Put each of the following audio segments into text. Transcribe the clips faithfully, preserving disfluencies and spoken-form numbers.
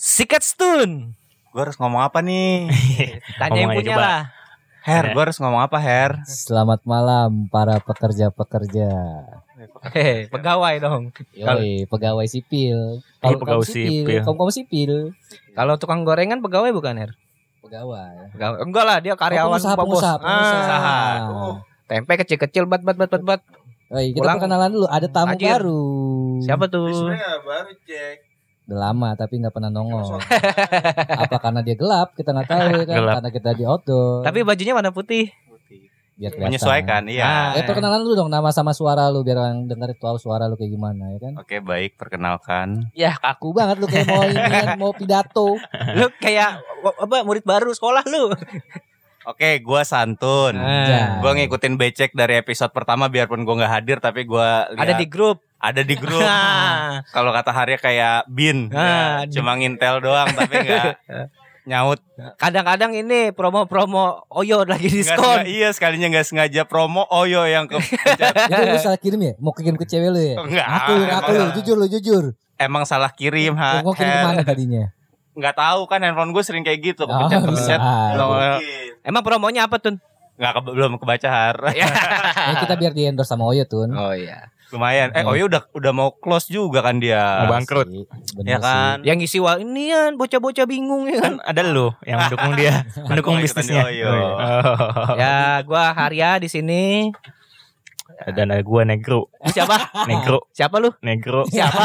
Sikat Stun. Gue harus ngomong apa nih? Tanya yang punya coba. Lah. Her, gue harus ngomong apa, Her? Selamat malam para pekerja-pekerja. Hei, pegawai dong. Yoi, pegawai sipil. Kalau pegawai sipil, kaum kaum sipil. Kalau tukang gorengan pegawai bukan, Her? Pegawai. Pegawai. Enggak lah, dia karyawan pengusaha, bos. pengusaha, pengusaha. Ah, oh. Tempe kecil-kecil bat bat bat bat bat. Oh, kita perkenalan dulu, ada tamu Ajir. baru. Siapa tuh? Sebenarnya baru cek. Udah lama tapi nggak pernah nongol. Apa karena dia gelap? Kita nggak tahu ya kan. Gelap. Karena kita di outdoor. Tapi bajunya warna putih. Biar kelihatan. Menyesuaikan, iya. Ah. Ya perkenalan dulu dong nama sama suara lu biar orang denger tahu suara lu kayak gimana ya kan. Oke, baik, perkenalkan. Ya, Kaku banget lu kayak mau ini kan, mau pidato. lu kayak apa murid baru sekolah lu. Oke, gue Santun. Ah. Gue ngikutin becek dari episode pertama biarpun gue nggak hadir, tapi gue Ada di grup. ada di grup. Kalau kata Harya kayak Bin, Ah, ya, cuma ngintel doang tapi nggak nyaut. Kadang-kadang ini promo-promo Oyo lagi Nggak diskon. sengaja- iya sekalinya nggak sengaja promo Oyo yang ke. Itu lu salah kirim ya? Mau kirim ke cewek lu ya? Enggak. Aku lu, aku lu, jujur lu, jujur. Emang salah kirim, ha. Mau kirim kemana tadinya? Nggak tahu kan handphone gue sering kayak gitu, Oh, kepencet-pencet. bisa. Belum- Emang promonya apa, Tun? nggak ke- belum kebaca Har. Ya. Ya kita biar di endorse sama Oyo Tun. Oh iya. Lumayan. Eh Oyo udah udah mau close juga kan dia. Mau bangkrut. Sih, Ya bener kan. Yang ngisi wal ini kan bocah-bocah bingung ya kan. Kan ada lu yang mendukung dia, mendukung Gua ikutan bisnisnya. di Oyo. Oh. Ya, gua Harya di sini. Dan ada gua negro, Siapa? negro, Siapa lu? negro. Siapa?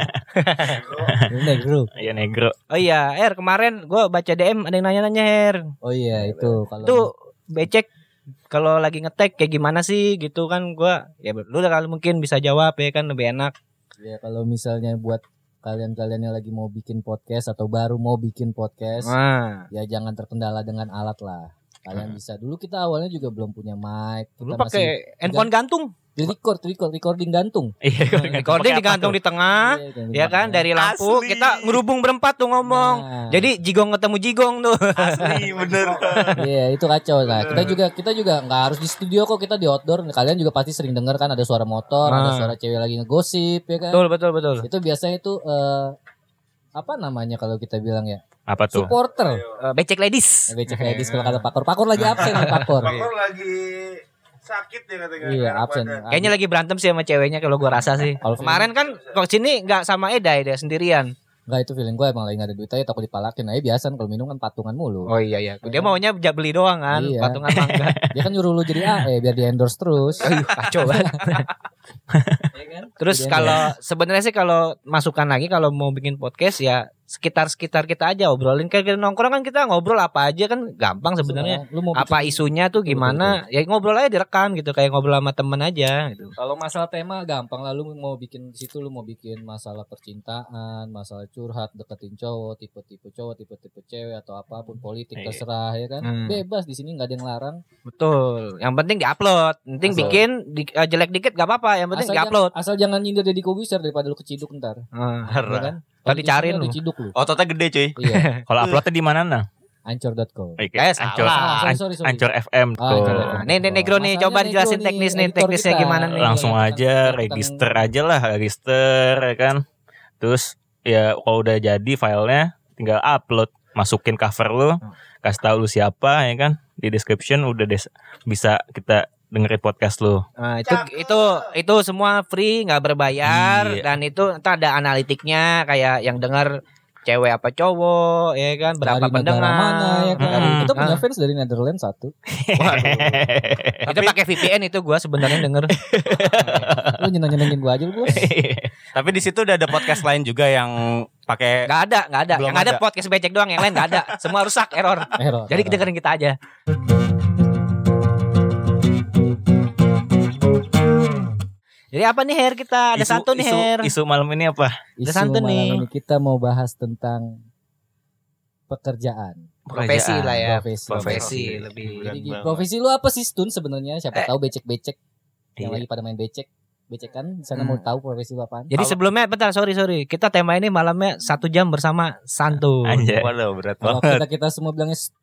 sih. Ini grup. Iya negro. Oh iya, Her kemarin gua baca D M ada yang nanya-nanya, Her. Oh iya itu kalau Itu becek kalau lagi ngetek kayak gimana sih gitu kan gua ya lu udah kali mungkin bisa jawab ya kan lebih enak. ya kalau misalnya buat kalian-kalian yang lagi mau bikin podcast atau baru mau bikin podcast, Nah, ya jangan terkendala dengan alat lah. Kalian bisa dulu kita awalnya juga belum punya mic. lu Kita pakai handphone gantung. di record, record, recording gantung. Iya. Recording digantung di tengah. Iya, Ya kan dari lampu Asli. kita ngerubung berempat tuh ngomong. Nah. Jadi jigong ketemu jigong tuh. Asli bener. Iya itu kacau. Nah kita juga kita juga nggak harus di studio kok, kita di outdoor. Kalian juga pasti sering dengar kan ada suara motor, Nah. ada suara cewek lagi ngegosip ya kan. Betul betul betul. Itu biasanya itu eh, apa namanya kalau kita bilang ya, Apa tuh? supporter. Eh, becek ladies. Eh, Becek ladies kalau kata pakor. Pakor lagi absen nih pakor. Pakor lagi sakit ya katanya. Iya absen. Kayaknya lagi berantem sih sama ceweknya kalau gua rasa sih. Kalau Kemarin kan kok sini nggak sama Eda, Eda sendirian. Enggak, itu feeling gue emang lagi gak ada duit aja, takut dipalakin. Nah biasa kalau minum kan patungan mulu. Oh iya iya. Dia maunya ja- beli doang kan, Iya. patungan mangga. Dia kan nyuruh lu jadi A E biar di endorse terus. Aduh, kacau banget. Iya kan? Terus Jadi kalau sebenarnya sih kalau masukan lagi kalau mau bikin podcast ya sekitar-sekitar kita aja obrolin kayak kita nongkrong kan kita ngobrol apa aja kan gampang sebenarnya. Lu mau Apa bikin- isunya tuh gimana? Ya ngobrol aja direkam gitu kayak ngobrol sama temen aja gitu. Kalau masalah tema gampang lah, lu mau bikin di situ, lu mau bikin masalah percintaan, masalah curhat, deketin cowok, tipe-tipe cowok, tipe-tipe cewek atau apapun politik Iya. terserah ya kan. Hmm. Bebas di sini nggak ada yang larang. Betul. Yang penting diupload. Yang penting Asal- bikin di, eh, jelek dikit gak apa-apa. Yang penting Asal diupload. jangan, asal jangan nyindir Deddy Kobusier daripada lu keciduk ntar. Ah. Ya kan? Ntar dicariin lu. Diciduk lu. Ototnya gede cuy. Iya. Kalau uploadnya di mana nah? ancor dot com. Oke, Eh, Ancor, salah. Sorry, sorry, sorry. Ancor F M Ah, tuh. Ancor F M. Nah, nih, nih, Negro nih, Masalahnya coba Negro dijelasin nih, teknis nih, editor teknisnya kita. gimana nih? Langsung Iya, aja tentang- register aja lah, register ya kan. Terus ya kalau udah jadi filenya tinggal upload, masukin cover lu, kasih tahu lu siapa ya kan. Di description udah des- bisa kita dengerin podcast lu. Nah, itu itu itu semua free, nggak berbayar Iya. dan itu ntar ada analitiknya kayak yang dengar cewek apa cowok ya kan berapa Dari negara pendengar. mana ya kan. Hmm. Kita punya Ah. fans dari Netherlands satu. Waduh. Itu pakai V P N itu gua sebenarnya denger. Lu nyeneng-nyenengin gua aja lu, Bos. Tapi di situ udah ada podcast lain juga yang pakai. Nggak ada, nggak ada. Belum Yang ada ada. podcast becek doang, yang lain nggak ada. Semua rusak, error. Error. Jadi error. dengerin kita aja. Jadi apa nih Her kita? Ada Isu- satu nih isu- Her. Isu malam ini apa? Isu santun malam nih. ini kita mau bahas tentang pekerjaan. Profesi Pekerjaan. lah ya. Profesi. Profesi lebih. Jadi gini, profesi lu apa sih Stun sebenarnya? Siapa Eh. tahu becek-becek yang Iya. lagi pada main becek. Becek kan di sana Hmm. mau tahu profesi lu apaan? Jadi sebelumnya bentar sorry sorry kita tema ini malamnya satu jam bersama Santun. Anjay. Waduh berat Kalau banget. kita kita semua bilangnya Stun.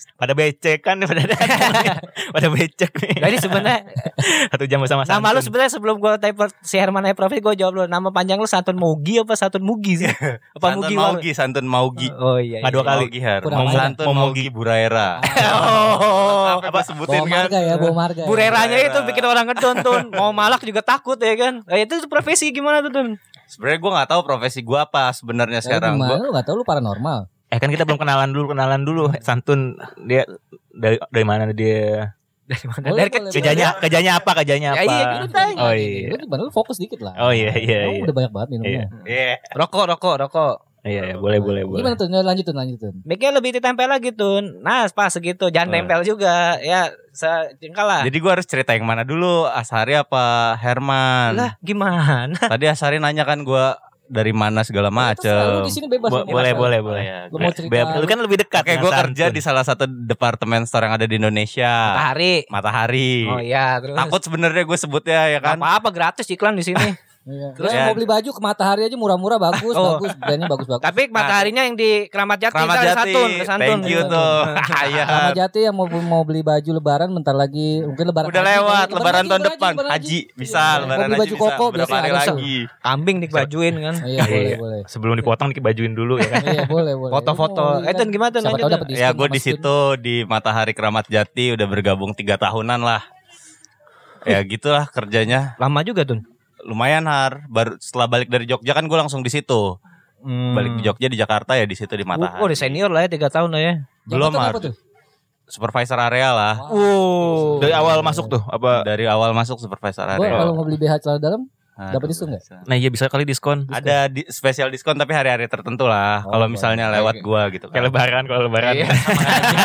Pada becek kan pada pada becek nih. Jadi sebenarnya Satu jam bersama nama lu Santun. sebenarnya sebelum gua type si Herman naik profil gua jawab lu nama panjang lu Santun Mugi apa Santun Mugi sih? Apa Santun Mugi? Maugi, Santun Maugi. Oh iya. Nggak dua iya. kali. Maugi Har. Kurang Mau aja. Santun Maugi Buraera. Oh. Apa sebutin Bawa kan? marga ya, bawa marga. ya. Bureranya Burera. itu bikin orang ngedon tuh. Mau malak juga takut ya kan. Eh, itu profesi gimana tuh Tun? Sebenarnya gue nggak tahu profesi gue apa sebenarnya Ya, sekarang. gimana Gua, lu enggak tahu lu paranormal. Eh kan kita belum kenalan dulu, kenalan dulu. Santun dia dari dari mana dia? Dari mana? Boleh, Dari boleh, kecil. Kerjanya kerjanya apa? Kerjanya Ya, apa? iya, gitu, Tay. Oh iya. Lu gimana lu fokus dikit lah. Oh iya iya Kamu iya. udah banyak banget minumnya. Iya. Rokok, rokok, rokok. Iya, iya, boleh boleh boleh. Gimana tuh? Lanjut tuh, lanjut tuh. Mic-nya lebih ditempel lagi tuh. Nah, pas segitu. Jangan Oh. nempel juga. Ya, sejengkal lah. Jadi gue harus cerita yang mana dulu, Ashari apa Herman? Lah, gimana? Tadi Ashari nanya kan gue dari mana segala Terserah, lu macem. di sini bebas. Bo- lu boleh bebas. boleh boleh. ya. Lu mau cerita. Be- Lu kan lebih dekat. Oke, dengan gue Santun. kerja di salah satu departemen store yang ada di Indonesia. Matahari. Matahari. Oh iya, terus. Takut sebenarnya gue sebutnya ya Nggak kan. apa-apa gratis iklan di sini. Iya. Terus Terus ya. mau beli baju ke Matahari aja murah-murah bagus, Oh. bagus, brandnya bagus-bagus. Tapi mataharinya yang di Keramat Jati, Keramat ntar ada Jati. Santun, ada Santun. Thank you tuh. Iya. Sama Jati yang mau mau beli baju lebaran bentar lagi, mungkin lebaran Udah haji, lewat kali. lebaran tahun haji, depan. lebaran Haji bisa Iya. lebaran Mau beli haji baju bisa. koko, Berapa biasa hari ada lagi? Kambing dibajuin kan. Iya, boleh, Iya. boleh. Sebelum dipotong dibajuin dulu ya kan. Iya, boleh, boleh. Foto-foto. Mau beli Eh, Tun, kan, gimana, Tun? siapa Lanjut, tahu Tun. dapet diskon Ya gue sama di Stun. situ di Matahari Keramat Jati udah bergabung tiga tahunan lah. Ya gitulah kerjanya. Lama juga tuh. Lumayan Har. Baru setelah balik dari Jogja kan gue langsung di situ. Hmm. Balik di Jogja di Jakarta ya di situ di Matahari. Oh, udah senior lah ya, tiga tahun lah ya. Belum, Jabatan Har. apa tuh? Supervisor area lah. Oh. Dari awal masuk tuh apa? Dari awal masuk supervisor Gua area. kalau mau beli B H celana dalam Aduh, dapat diskon nggak? bisa. Nah, iya bisa kali diskon. Ada di, spesial diskon tapi hari-hari tertentu lah. Oh, Kalau boleh. misalnya lewat gua gitu Kayak kan. lebaran kalau lebaran. Iya, sama aja.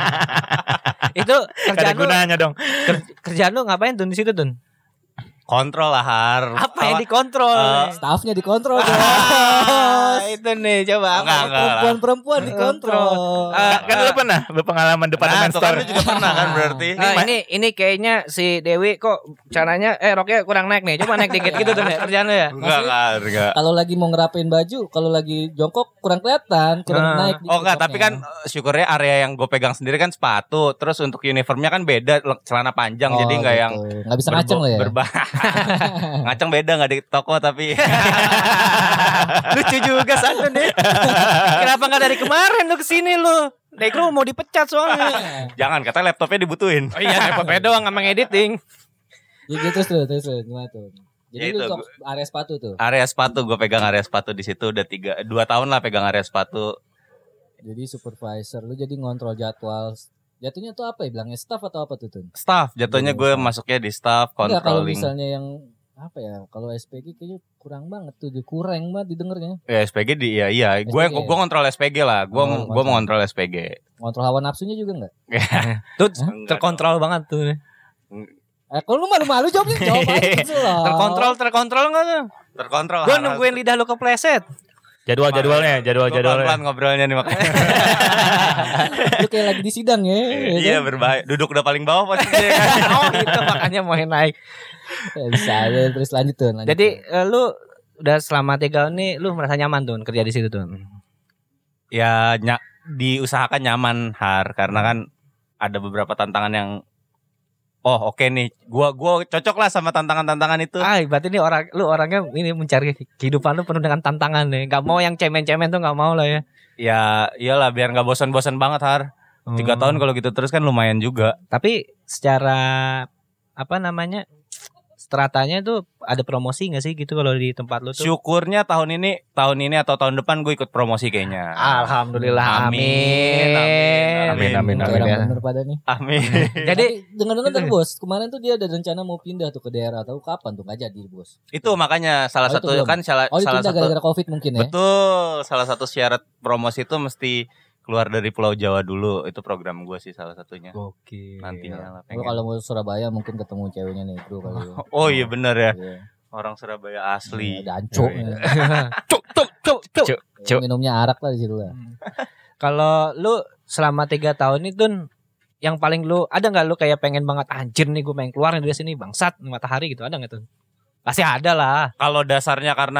Itu Gak ada kerjaan lu, gunanya dong. ker- kerjaan lu ngapain tuh di situ tuh? Kontrol lah Har. Apa yang dikontrol? Eh, Staffnya dikontrol bos. Ah, itu nih coba. Enggak, enggak. Perempuan-perempuan dikontrol. Ah, Kan lu pernah berpengalaman departemen Nah, tuh kan store. lu juga pernah kan berarti. Ah, ini ini kayaknya si Dewi kok caranya eh roknya kurang naik nih. Coba naik dikit gitu tuh nih kerjaan lu ya. Enggak, enggak, enggak. Kalau lagi mau ngerapain baju, kalau lagi jongkok kurang kelihatan, kurang Nah. naik. Oh enggak, tapi kan eh, syukurnya area yang gue pegang sendiri kan sepatu. Terus untuk uniformnya kan beda le- celana panjang jadi enggak yang nggak bisa ngaceng lo ya. berba- ngaceng beda enggak di toko tapi Lucu juga Santun deh. Kenapa nggak dari kemarin lu kesini lu? Dekro mau dipecat soalnya. jangan kata laptopnya dibutuhin. Oh iya, laptopnya doang sama editing. Ya gitu terus tuh, terus tuh, gimana tuh? Jadi Ya lu itu, top area sepatu tuh. Area sepatu gue pegang area sepatu di situ udah tiga dua tahun lah pegang area sepatu. Jadi supervisor, lu jadi ngontrol jadwal. Jatuhnya tuh apa ya? Bilangnya staff atau apa tuh tuh? Staff jatuhnya gue Staff. masuknya di staff Enggak, kalau controlling. misalnya yang apa ya? Kalau S P G kayaknya kurang banget tuh, dia kurang banget didengarnya. Ya S P G di ya iya, gue S P G. gue kontrol S P G lah. Gue Oh, gue mau kontrol S P G. Ngontrol hawa nafsunya juga enggak? Tuh Enggak terkontrol banget tuh. Eh, kalau lu malu-malu jawabnya jawab aja gitu loh. Terkontrol, terkontrol enggak tuh? Terkontrol. Gue harus- nungguin lidah lu kepleset. Jadwal-jadwalnya, Gua jadwal-jadwalnya. pelan-pelan ngobrolnya nih makanya. Lu kayak lagi di sidang ya. ya Iya kan? berbahaya. Duduk udah paling bawah posisinya kan. Oh gitu makanya mau naik. Ya, bisa aja terus lanjut tuh. Lanjut Jadi tuh. eh, lu udah selama tiga tahun nih lu merasa nyaman tuh kerja di situ tuh. Ya ny- diusahakan nyaman Har karena kan ada beberapa tantangan yang oh oke nih. Gua gua cocok lah sama tantangan-tantangan itu. Ah, berarti ini orang lu orangnya ini mencari kehidupan lu penuh dengan tantangan nih. Gak mau yang cemen-cemen tuh gak mau lah ya. Ya iyalah biar nggak bosan-bosan banget Har. Tiga Hmm. tahun kalau gitu terus kan lumayan juga. Tapi secara apa namanya? Stratanya tuh ada promosi gak sih gitu kalau di tempat lu tuh? Syukurnya tahun ini tahun ini atau tahun depan gue ikut promosi kayaknya. Alhamdulillah, Amin, amin. amin, amin, Kayak amin. orang ya. bener pada nih. Amin. Jadi Tapi dengar-dengar dari bos, kemarin tuh dia ada rencana mau pindah tuh ke daerah, tahu kapan tuh nggak jadi bos. Itu makanya salah Oh, itu satu belum? kan salah, Oh salah ditunda satu gara-gara covid mungkin ya. betul salah satu syarat promosi itu mesti keluar dari Pulau Jawa dulu. Itu program gue sih salah satunya. Oke. Nantinya lah Gua pengen. kalau mau Surabaya mungkin ketemu ceweknya nih bro kali ya. Oh iya bener ya. Iya. Orang Surabaya asli. Ada anco. Iya, Cuk cuk cuk cuk. Cuk. Cuk. Minumnya arak lah di situ lah. Kalau lu selama tiga tahun itu yang paling lu ada nggak lu kayak pengen banget anjir nih gue pengen keluar dari sini bangsat matahari gitu ada nggak tuh? Pasti ada lah. Kalau dasarnya karena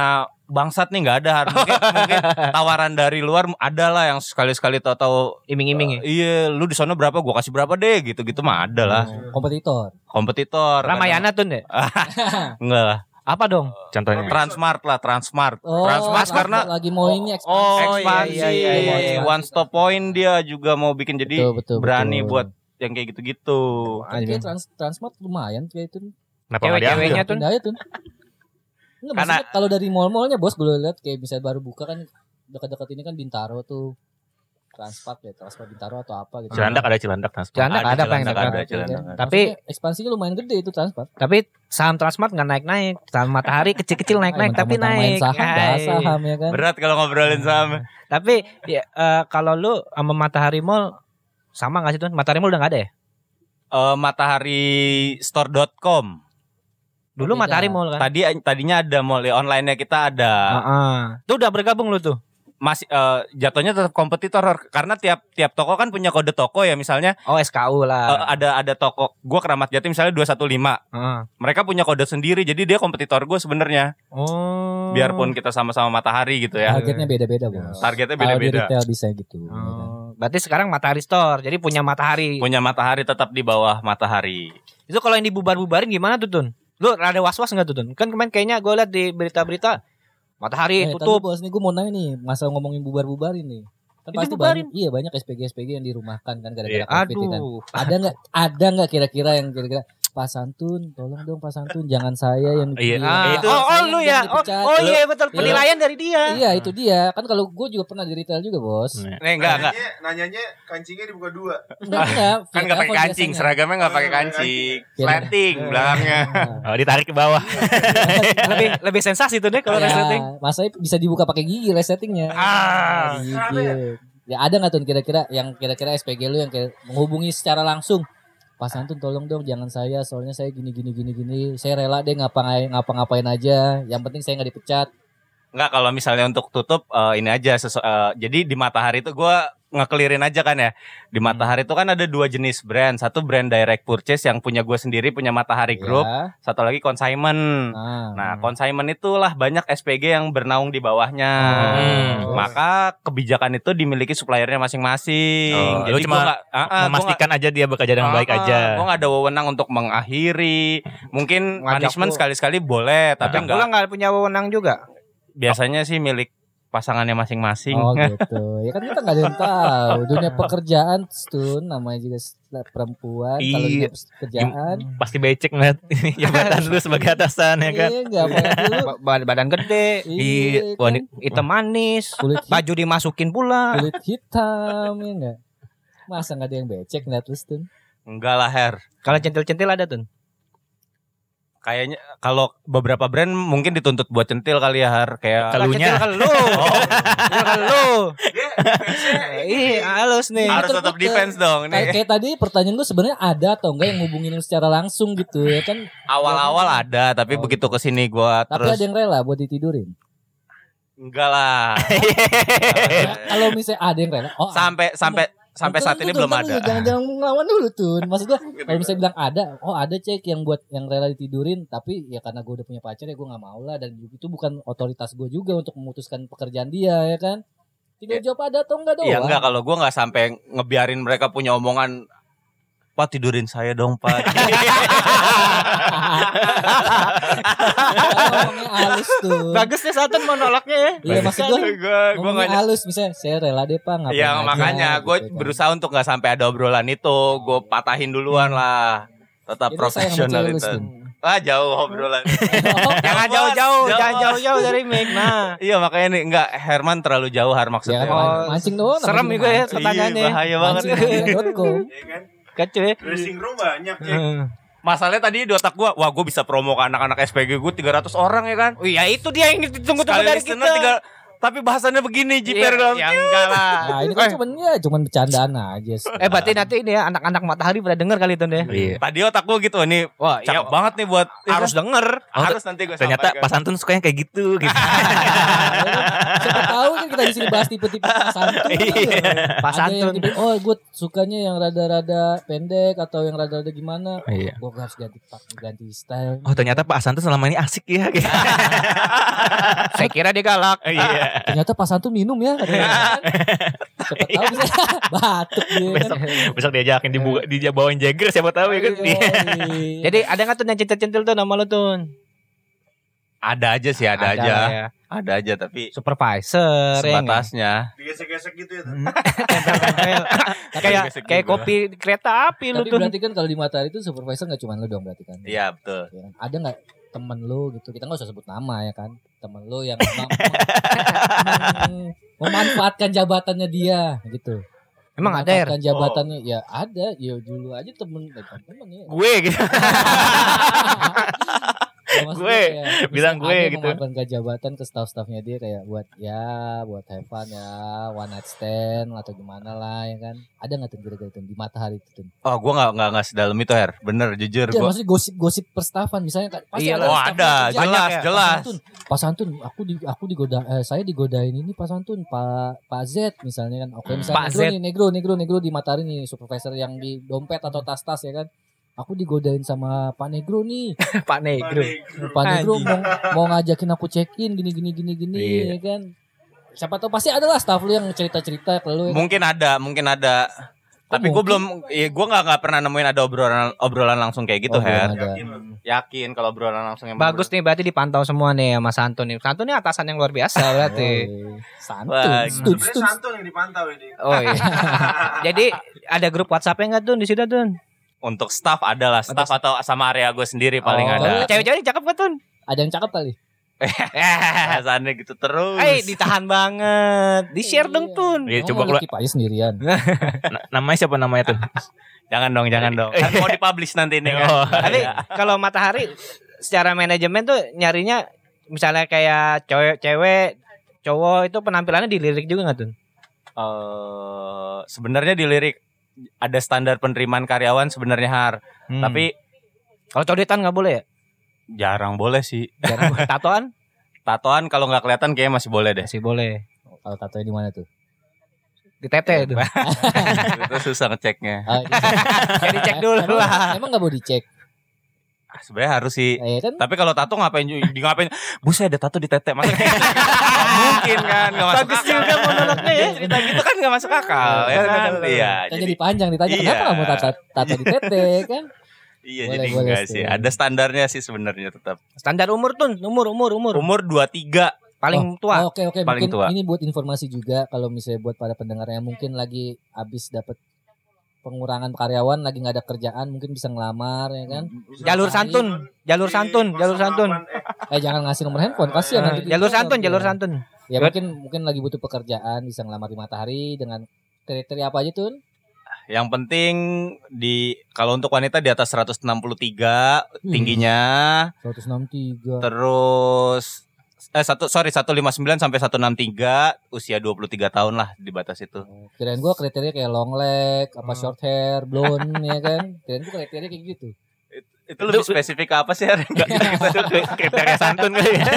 bangsat nih nggak ada Har. Mungkin, mungkin tawaran dari luar ada lah yang sekali-sekali tahu-tahu Iming-iming ya. uh, iya lu di sana berapa gua kasih berapa deh gitu-gitu mah ada lah. Kompetitor. Kompetitor. Ramayana tuh deh. Enggak lah. Apa dong? Contohnya. Transmart lah, Transmart. Oh, Transmart karena lagi mau ini ekspansi. oh iya, ekspansi, iya, iya, iya, iya. one stop point dia juga mau bikin jadi Betul, betul, berani betul. buat yang kayak gitu-gitu. Tapi kayak trans Transmart lumayan kayak itu. Kenapa nggak diambil? Cewek-ceweknya tuh. Pindah itu. Enggak, Karena- maksudnya kalau dari mall-mallnya bos gue lihat kayak bisa baru buka kan dekat-dekat ini kan Bintaro tuh. Transmart ya, Transmart Bintaro atau apa gitu. Cilandak ada Cilandak Transmart. Cilandak ada apa yang Cilandak dekat. ada, Iya Cilandak kan? ada. Tapi- Maksudnya ekspansinya lumayan gede itu Transmart. Tapi saham Transmart nggak naik-naik. Saham Matahari kecil-kecil naik-naik Ay, tapi mentang-mentang main naik. saham, bahas Hai. saham ya kan. Berat kalau ngobrolin saham. Tapi ya, eh, kalau lu sama Matahari Mall sama nggak sih tuh? Matahari Mall udah nggak ada ya? Eh, matahari store dot com. Dulu Beda. Matahari Mall kan. Tadi tadinya ada mall ya, online-nya kita ada. Heeh. Tuh udah bergabung lu tuh. Masih eh, jatuhnya tetap kompetitor karena tiap tiap toko kan punya kode toko ya misalnya Oh S K U eh, lah. ada ada toko gua Keramat Jati misalnya dua satu lima. Heeh. Mereka punya kode sendiri jadi dia kompetitor gue sebenarnya. Oh. Biarpun kita sama-sama Matahari gitu ya. Targetnya beda-beda bos. Targetnya Kalau di beda-beda. retail bisa gitu. ya kan. Oh, berarti sekarang Matahari Store. Jadi punya Matahari. Punya Matahari tetap di bawah Matahari. Itu kalau yang dibubar-bubarin gimana tuh Tun? Lu rada was-was enggak tuh Tun? Kan kemarin kayaknya gue liat di berita-berita Matahari Eh, tutup. tapi bos nih gue mau nanya nih masalah ngomongin bubar-bubarin nih. Kan Itu pasti bubarin? banyak, iya banyak S P G S P G yang dirumahkan kan gara-gara Iya. Covid ya kan. Aduh. Ada nggak ada nggak kira-kira yang kira-kira Pak Santun, tolong dong Pak Santun, jangan saya yang Iya. dipilih. Ah, itu- oh, oh Saya lu yang ya. Oh, dipecat. oh iya betul. Iya. Penilaian dari dia. Iya itu dia. Kan kalau gue juga pernah di retail juga bos. Nih. Nih enggak enggak. Nanyanya, nanyanya kancingnya dibuka dua. Enggak enggak. Kan enggak pakai kancing, seragamnya enggak pakai kancing. Slating belakangnya. Oh, ditarik ke bawah. lebih lebih sensasi tuh deh kalau ya, resleting. masanya bisa dibuka pakai gigi resettingnya. Ah, Gigi. Ya ada nggak tuh kira-kira yang kira-kira S P G lu yang kayak menghubungi secara langsung Pak Santun tolong dong jangan saya soalnya saya gini gini gini gini saya rela deh ngapa ngapa-ngapain aja yang penting saya nggak dipecat. Enggak kalau misalnya untuk tutup eh, ini aja sesu- eh, jadi di Matahari itu gue ngekelirin aja kan ya. Di Matahari itu kan ada dua jenis brand. Satu brand direct purchase yang punya gue sendiri punya Matahari Group. Ya. Satu lagi consignment. Nah, Nah, consignment itulah banyak S P G yang bernaung di bawahnya. Hmm. Maka kebijakan itu dimiliki suppliernya masing-masing. Oh, lu Jadi cuma gua nggak- ah, ah, gua nggak- Memastikan aja dia bekerja dengan baik Ah, aja. Gue gak ada wewenang untuk mengakhiri. Mungkin Ngajak punishment lu. sekali-sekali boleh, tapi tapi enggak. pulang nggak punya wewenang juga. Biasanya sih milik pasangannya masing-masing. Oh gitu. Ya kan kita nggak ada yang tahu. Dunia pekerjaan tuh namanya juga perempuan. Kalau Iya. dunia pekerjaan. Pasti becek ngeliat ini jabatan lu sebagai atasan ya kan. Iya nggak apa dulu. Ba- ba- badan gede, Iya wah, kan. ini hitam manis, Kulit hit- baju dimasukin pula. kulit hitam ya enggak. Masa nggak ada yang becek ngeliat lu tuh. Enggak lah, Her. Kalau centil-centil ada tuh. Kayaknya kalau beberapa brand mungkin dituntut buat centil kali ya, Har. Kayak Kalunya. Centil kalau lu. Centil kalau lu. Iya, halus nih. harus Betul, tetap betul. defense dong. Kayak, Nih kayak tadi pertanyaan gue sebenarnya ada atau enggak yang ngubungin lu secara langsung gitu ya kan. awal-awal ada, tapi Oh, begitu kesini gua Tapi terus ada yang rela buat ditidurin. enggak lah. Ya, kalau misalnya ada yang rela. Oh, sampai sampai sampai saat ini belum ada. Jangan-jangan ngelawan dulu tuh. Maksud gue kalau misalnya bilang ada, oh ada cek yang buat yang rela ditidurin, tapi ya karena gue udah punya pacar ya gue nggak mau lah dan itu bukan otoritas gue juga untuk memutuskan pekerjaan dia ya kan. Tinggal jawab ada atau enggak doang. Ya enggak, kalau gua nggak sampai ngebiarin mereka punya omongan, Pak tidurin saya dong Pak. Ngomongnya halus tuh. Bagus nih Satun monolognya ya. Iya maksud gue Gua gua ngomongnya nggak. halus misalnya saya rela deh pak ngapain Ya aja, makanya gue gitu kan. berusaha untuk nggak sampai ada obrolan itu, gue patahin duluan lah. Tetap Jadi sayang sama cewek lu, profesionalitas. Stin. Ah jauh obrolan. Jangan Bos, jauh-jauh, jauh, jangan Bos. jauh-jauh dari mic. Nah, Iya makanya nih enggak Herman terlalu jauh Har Ya maksudnya. kan Oh, mancing doang. serem namanya juga ya mancing. pertanyaannya. Iya, bahaya banget. Mancing dot com. Ya kan? Kacau ya. Dressing room banyak ya. Hmm. Masalahnya tadi di otak gue, wah gue bisa promo ke anak-anak S P G gue tiga ratus orang ya kan. Oh iya itu dia yang ditunggu-tunggu Sekali dari listener kita. tiga Tapi bahasannya begini Jiper Iya, dong. ya enggak lah. Nah ini kan cuman ya cuman bercandaan aja. Eh berarti nanti ini ya anak-anak Matahari pada denger kali itu deh. Iya. Tadi otak gue gitu nih. Wah, Cakep iya. banget nih buat Harus denger. harus nanti gue Ternyata Pak Santun sukanya kayak gitu gitu. Siapa tahu kan kita di sini bahas tipe-tipe Pak Santun. Iya. Pak Ada yang Santun. tipe, oh gue sukanya yang rada-rada pendek atau yang rada-rada gimana. Iya. Gue harus ganti ganti style. Oh ternyata Pak Santun selama ini asik ya. Gitu. Saya kira dia galak. Iya. Ternyata Pak Santun minum ya. katanya. Siapa tahu bisa batuk dia kan. Besok besok diajakin dibuka dia bawain Jagger siapa tahu ya kan. Yoi. Jadi ada nggak tuh yang centil-centil tuh nama lo tuh? Ada aja sih, ada, aja. lah ya. Ada aja tapi Supervisor ya nggak? sebatasnya. Digesek-gesek gitu ya. Tempel-tempel. kayak Gesek kayak juga. kopi di kereta api lu Tapi tuh. berarti kan kalau di Matahari itu supervisor nggak cuma lu dong berarti kan? Iya, betul. Ya kan? Ada nggak temen lu gitu? Kita nggak usah sebut nama ya kan? Temen lu yang memang, memang memanfaatkan jabatannya dia gitu. Emang ada ya? Memanfaatkan jabatannya ya ada. Ya dulu aja temen eh, temen ya. Gue gitu. Ya, maksudnya Gue, kayak, bilang bisa gue ada yang gitu. memanfaatkan jabatan ke staff-staffnya dia kayak buat ya buat have fun ya one night stand atau gimana lah ya kan. Ada nggak tuh kira-kira tuh di Matahari itu tuh? Oh, gue nggak nggak nggak sedalam itu Her. Bener, jujur Ya, gue. maksudnya gosip-gosip perstaffan misalnya kan pasti Iya, ada oh, staff ada. yang kerja. Jelas, ya. jelas. Pak Santun, Pak Santun, aku di aku digoda eh, saya digodain ini Pak Santun, Pak Pak Z misalnya kan. Oke, misalnya Pak negro Z. nih, negro, negro, negro di Matahari nih supervisor yang di dompet atau tas-tas ya kan. Aku digodain sama Pak Negro nih. Pak Negro. Pak Negro Anjing. mau mau ngajakin aku check-in gini gini gini gini Iya. ya kan. Siapa tahu pasti ada lah staff lu yang cerita-cerita ke lu. Ya kan? Mungkin ada, mungkin ada. Tapi gue mungkin? belum, ya, gue nggak nggak pernah nemuin ada obrolan obrolan langsung kayak gitu Oh, belum Her. ada. Yakin kalau obrolan langsung yang Bagus nih berarti dipantau semua nih sama Santun nih. Santun nih atasan yang luar biasa berarti. Oh, Santun, Wah, stun, Sebenarnya stun. Santun yang dipantau ini. Oh iya. Jadi ada grup WhatsApp-nya enggak tuh di situ tuh? untuk staff ada lah, staff atau sama area gue sendiri paling Oh, ada. Cewek-cewek cakep gak tuh? Ada yang cakep kali. Rasanya gitu terus. Eh ditahan banget. Di-share dong tuh. Iya, Emang coba lu keluar. keep aja sendirian. Na- namanya siapa namanya tuh? Jangan dong, jangan dong. Kan mau dipublish nanti nih kan. Oh, Tapi kalau Matahari secara manajemen tuh nyarinya misalnya kayak cewek-cewek, cowok itu penampilannya dilirik juga nggak tuh? Eh, sebenarnya di lirik ada standar penerimaan karyawan sebenarnya Har. Hmm. Tapi kalau codetan nggak boleh ya? jarang boleh sih. Jarang. Tatoan Tatoan kalau nggak kelihatan kayaknya masih boleh deh. masih boleh. Kalau tatonya di mana tuh? Di tete itu. Itu susah ngeceknya. Ah, di- Jadi cek dulu emang, lah. emang gak mau dicek? Ah, sebenarnya harus sih. Eh, kan? Tapi kalau tato ngapain ju- di ngapain? Buset ada tato di tete. Masa nggak mungkin kan nggak masuk Bagus akal. juga monolognya ya. Cerita gitu kan nggak masuk akal ya kan. Iya. Kan jadi panjang ditanya Iya. kenapa kamu tato, tato di tete kan? Iya Boleh, jadi boleh, enggak sih. setuju. Ada standarnya sih sebenarnya tetap. Standar umur tuh, umur umur umur. Umur dua puluh tiga. Paling tua. Oh, Oke oke Paling mungkin tua. ini buat informasi juga kalau misalnya buat para pendengar yang mungkin lagi habis dapat pengurangan karyawan lagi nggak ada kerjaan mungkin bisa ngelamar ya kan. Jalur santun, jalur santun, jalur santun. Eh jangan ngasih nomor handphone kasihan nanti. Jalur ditelepon. santun, jalur santun. Ya mungkin mungkin lagi butuh pekerjaan bisa ngelamar di Matahari dengan kriteria apa aja tuh? Yang penting di kalau untuk wanita di atas seratus enam puluh tiga Hmm. tingginya, seratus enam puluh tiga. terus eh satu sorry seratus lima puluh sembilan sampai seratus enam puluh tiga, usia dua puluh tiga tahun lah di batas itu. Oh, kirain gua kriteria kayak long leg, apa Hmm. short hair, blonde ya kan. Kirain gua kriteria kayak gitu. Itu lebih spesifik ke apa sih? Har? Enggak itu kri- kriteria santun kali ya.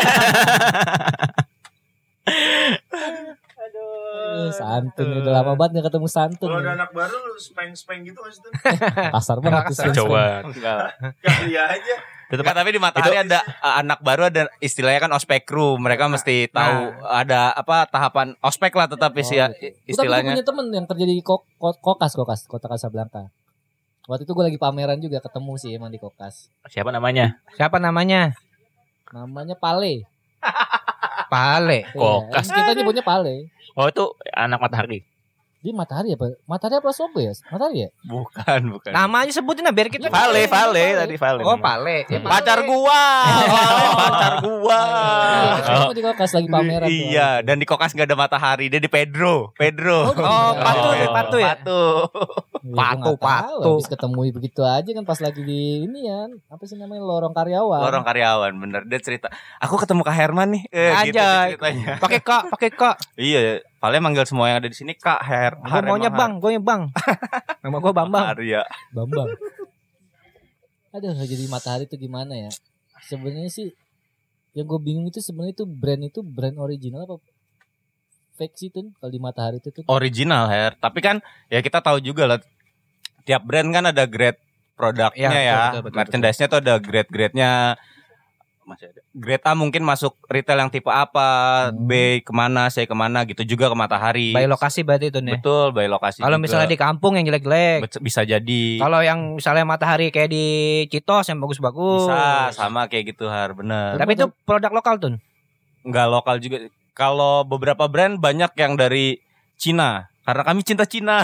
Eh, santun udah lama banget gak ketemu santun. Kalau ada ya. anak baru lu speng-speng gitu Mas itu. Kasar banget tuh santun. Coba. Enggak. Kali aja. Enggak, tapi di Matahari ada uh, anak baru ada istilahnya kan ospek crew. Mereka mesti tahu ada apa tahapan ospek lah tetapi Oh, sih ya, gitu. istilahnya. Gue punya temen yang kerja di Ko- Ko- Kokas, Kokas, Kota Casablanca. Waktu itu gue lagi pameran juga ketemu sih emang di Kokas. Siapa namanya? Siapa namanya? Namanya Pale. Pale. Kokas. Iya, kita nyebutnya Pale. Oh itu anak Matahari. Dia Matahari apa? Matahari apa Sogo ya? Matahari ya? Bukan, bukan. Nama aja sebutin lah biar kita. Vale, Vale tadi Vale. Oh, Pale. Ya, Pale. Pacar gua. Pacar gua. Iya, kita ketemu di Kokas lagi pameran. tuh. Iya, dan di Kokas nggak ada matahari, dia di Pedro. Pedro. Oh, Oh, patu, iya. patu ya? Patu. Ya, Pato, gua nggak tahu, pato. habis ketemu begitu aja kan pas lagi di ini ya, apa sih namanya lorong karyawan. Lorong karyawan bener. Dia cerita, aku ketemu Kak Herman nih. Eh, gitu dia Aja. ceritanya. Pakai kak, pakai kak. Iya, paling manggil semua yang ada di sini Kak Her. Gue maunya bang, gue bang. Nama gue Bambang. Arya. Bambang. Aduh, jadi Matahari itu gimana ya? Sebenarnya sih yang gue bingung itu sebenarnya itu brand itu brand original apa fake sih tuh kalau di Matahari itu tuh. Original Her. Tapi kan ya kita tahu juga lah. Tiap brand kan ada grade produknya Iya, betul, ya. betul, betul, Merchandise-nya tuh ada grade-grade-nya. Masih ada. Grade A mungkin masuk retail yang tipe apa, Hmm. B kemana, C kemana gitu juga ke Matahari. By lokasi berarti itu nih. Betul, by lokasi. Kalau juga. misalnya di kampung yang jelek-jelek. Be- bisa jadi. Kalau yang misalnya Matahari kayak di Citos yang bagus-bagus. Bisa sama kayak gitu Har, bener. Tapi itu produk lokal tuh. Nggak lokal juga. Kalau beberapa brand banyak yang dari Cina. Karena kami cinta Cina.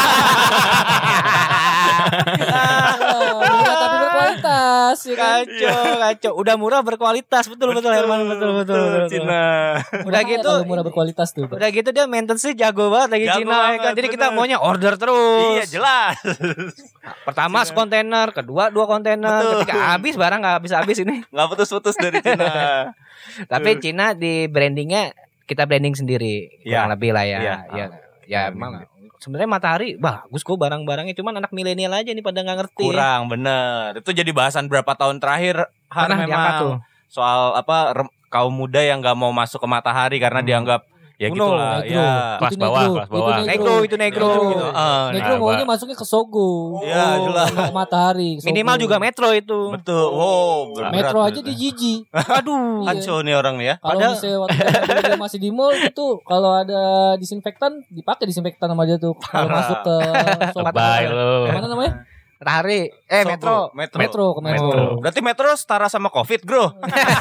Murah tapi berkualitas ya kan. Kacau, kacau. Udah murah berkualitas. Betul, betul, Herman. Betul, betul, betul. betul. Cina. Udah Makanya gitu. kalau murah berkualitas tuh. Udah gitu dia maintenance-nya jago banget lagi Jago Cina ya kan. banget, Jadi kita bener. maunya order terus. Iya jelas. Pertama sekontainer, kedua dua kontainer, Betul. ketika habis barang nggak habis-habis ini. Nggak putus-putus dari Cina. Tapi Cina di brandingnya kita branding sendiri kurang Iya. lebih lah ya. Iya. Ya, ya emang sebenarnya Matahari bagus kok barang-barangnya, cuman anak milenial aja nih pada nggak ngerti. Kurang bener. Itu jadi bahasan berapa tahun terakhir Har, Pernah diangkat tuh. memang soal apa rem- kaum muda yang nggak mau masuk ke Matahari karena Hmm. dianggap ya Kuno, gitulah negro. ya. Kelas Itu bawah, negro, kelas itu bawah. Negro itu negro. Negro. Gitu. Ah, Negro nah, maunya masuknya ke Sogo. Iya, jelas. Nggak ke Matahari. Sogo. Minimal juga metro itu. betul. Wow, berat. Metro aja di Gigi. Aduh. Iya. Kacau nih orang nih ya. Kalau Padahal- misalnya waktu dulu dia masih di mall itu kalau ada disinfektan dipakai disinfektan sama dia tuh kalau Parah. masuk ke Sogo. Bye lo. Mana namanya? Matahari. Eh Sogo. metro. Metro. Metro ke Metro. Metro. Berarti Metro setara sama Covid, Bro.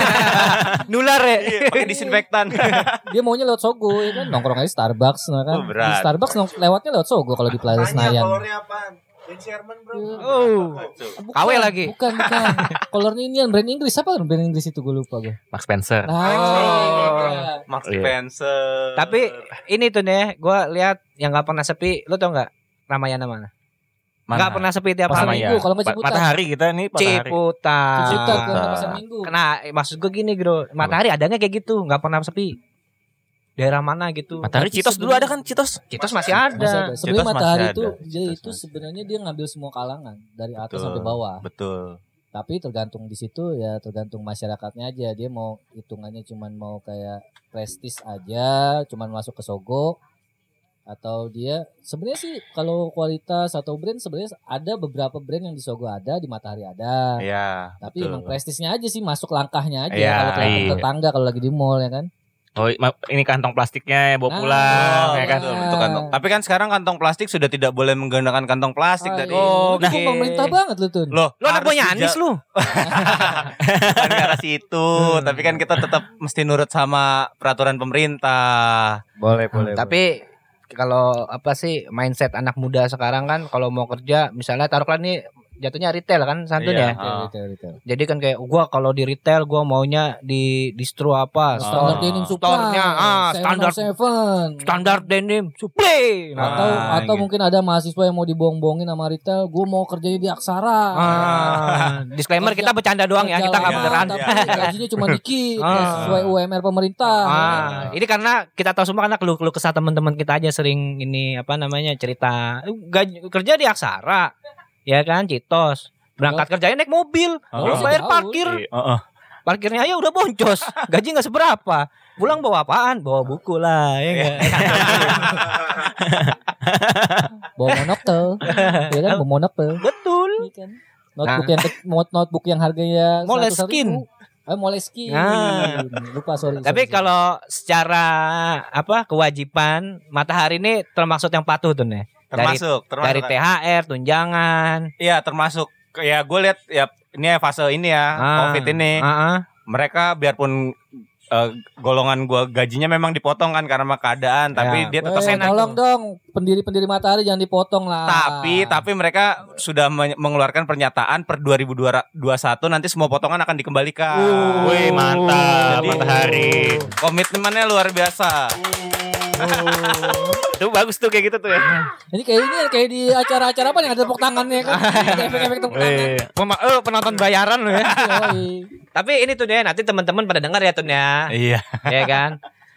Nular ya. Iya, pakai disinfektan. Dia maunya lewat Sogo ya kan nongkrong aja Starbucks nah kan. Oh, berat. Di Starbucks nong- lewatnya lewat Sogo kalau di Plaza Tanya Senayan. kolornya apaan? Vince Herman bro. Oh. Bukan, K W lagi. Bukan, bukan. Colornya ini yang brand Inggris apa brand Inggris itu gue lupa gue. Max Spencer. Nah, Oh. Max Iya. Spencer. Tapi ini tuh nih, gue lihat yang nggak pernah sepi. Lo tau nggak Ramayana mana? Mana? Nggak pernah sepi tiap Pasar hari. Minggu, kalau nggak Ma- Ciputat. Matahari kita nih Matahari. Ciputat. Ciputat ke Ah. pasar Minggu. Nah, eh, maksud gue gini bro, Matahari adanya kayak gitu, nggak pernah sepi. Daerah mana gitu? Matahari Tapi Citos dulu ada kan Citos? Citos masih ada. Masih ada. Sebenarnya Citos Matahari masih itu ada. dia Citos itu masih. sebenarnya dia ngambil semua kalangan dari atas Betul. sampai bawah. Betul. Tapi tergantung di situ ya tergantung masyarakatnya aja. Dia mau hitungannya cuman mau kayak prestis aja, cuman masuk ke Sogo atau dia sebenarnya sih kalau kualitas atau brand sebenarnya ada beberapa brand yang di Sogo ada, di Matahari ada. Iya. Tapi betul. emang prestisnya aja sih masuk langkahnya aja Iya, kalau kelihatan iya. tetangga kalau lagi di mall ya kan. Oh, ma- ini kantong plastiknya bawa Nah, pulang Oh, ya kan. betul, betul, kantong. Tapi kan sekarang kantong plastik sudah tidak boleh menggunakan kantong plastik Ah, dari iya. Oh, Lu tuh oke. pemerintah banget lu tuh. Loh, Lo anak harus buahnya dija- Anies lu. Bukan ke arah situ, tapi kan kita tetap mesti nurut sama peraturan pemerintah. Boleh, boleh. Tapi kalau apa sih mindset anak muda sekarang kan kalau mau kerja misalnya taruhlah nih jatuhnya retail kan santun Iya. ya. Retail, Ah. retail, retail. Jadi kan kayak gua kalau di retail gua maunya di distro apa? Standar Oh. denim supply. Store-nya, ah, standar- Seven. Standar denim supply. Atau Ah, atau gitu. mungkin ada mahasiswa yang mau dibohong-bohongin sama retail, gue mau kerjanya di Aksara. Ah, disclaimer kita bercanda doang ya, kita nggak Kerja beneran. lama, Tapi gajinya cuma dikit, Ah. sesuai U M R pemerintah. Ah, ini karena kita tahu semua karena keluh-keluh kesah teman-teman kita aja sering ini apa namanya cerita "Eh, gaji, kerja di Aksara, ya kan Citos. Berangkat kerjanya naik mobil, Oh, belum masih bayar jauh. parkir, Iya, heeh. parkirnya aja udah boncos, gaji nggak seberapa. Pulang bawa apaan? Bawa buku lah, ya nggak? Bawa monokkel, ya kan, bawa monokkel. Betul. Iya kan? Notebook yang ke- not- notebook yang harganya Moleskine. seratus ribu. Eh, Moleskine. Nah. Lupa sorry. Tapi sorry, kalau secara apa kewajiban Matahari ini termasuk yang patuh tuh nih. Dari Termasuk, termasuk. dari T H R, tunjangan. Iya, termasuk. Ya gue lihat ya ini ya fase ini ya, Ah, Covid ini. ah, ah. Mereka biarpun eh, golongan gua gajinya memang dipotong kan karena keadaan, tapi Ya. dia sorry. tetap Eh, senang tolong tuh. dong pendiri-pendiri Matahari jangan dipotong lah. Tapi tapi mereka sudah men- mengeluarkan pernyataan per dua ribu dua puluh satu nanti semua potongan akan dikembalikan. Wih, mantap Jadi- Matahari. Komitmennya luar biasa. Itu bagus tuh kayak gitu tuh ya. Ini kayak ini kayak di acara-acara apa yang ada tepuk tangannya kan. Ada efek-efek tepuk tangan. Weh. Pema- eh, penonton bayaran lo ya. Yoi. Tapi ini tuh ya, nanti teman-teman pada dengar ya Tun ya. Iya. Ya kan?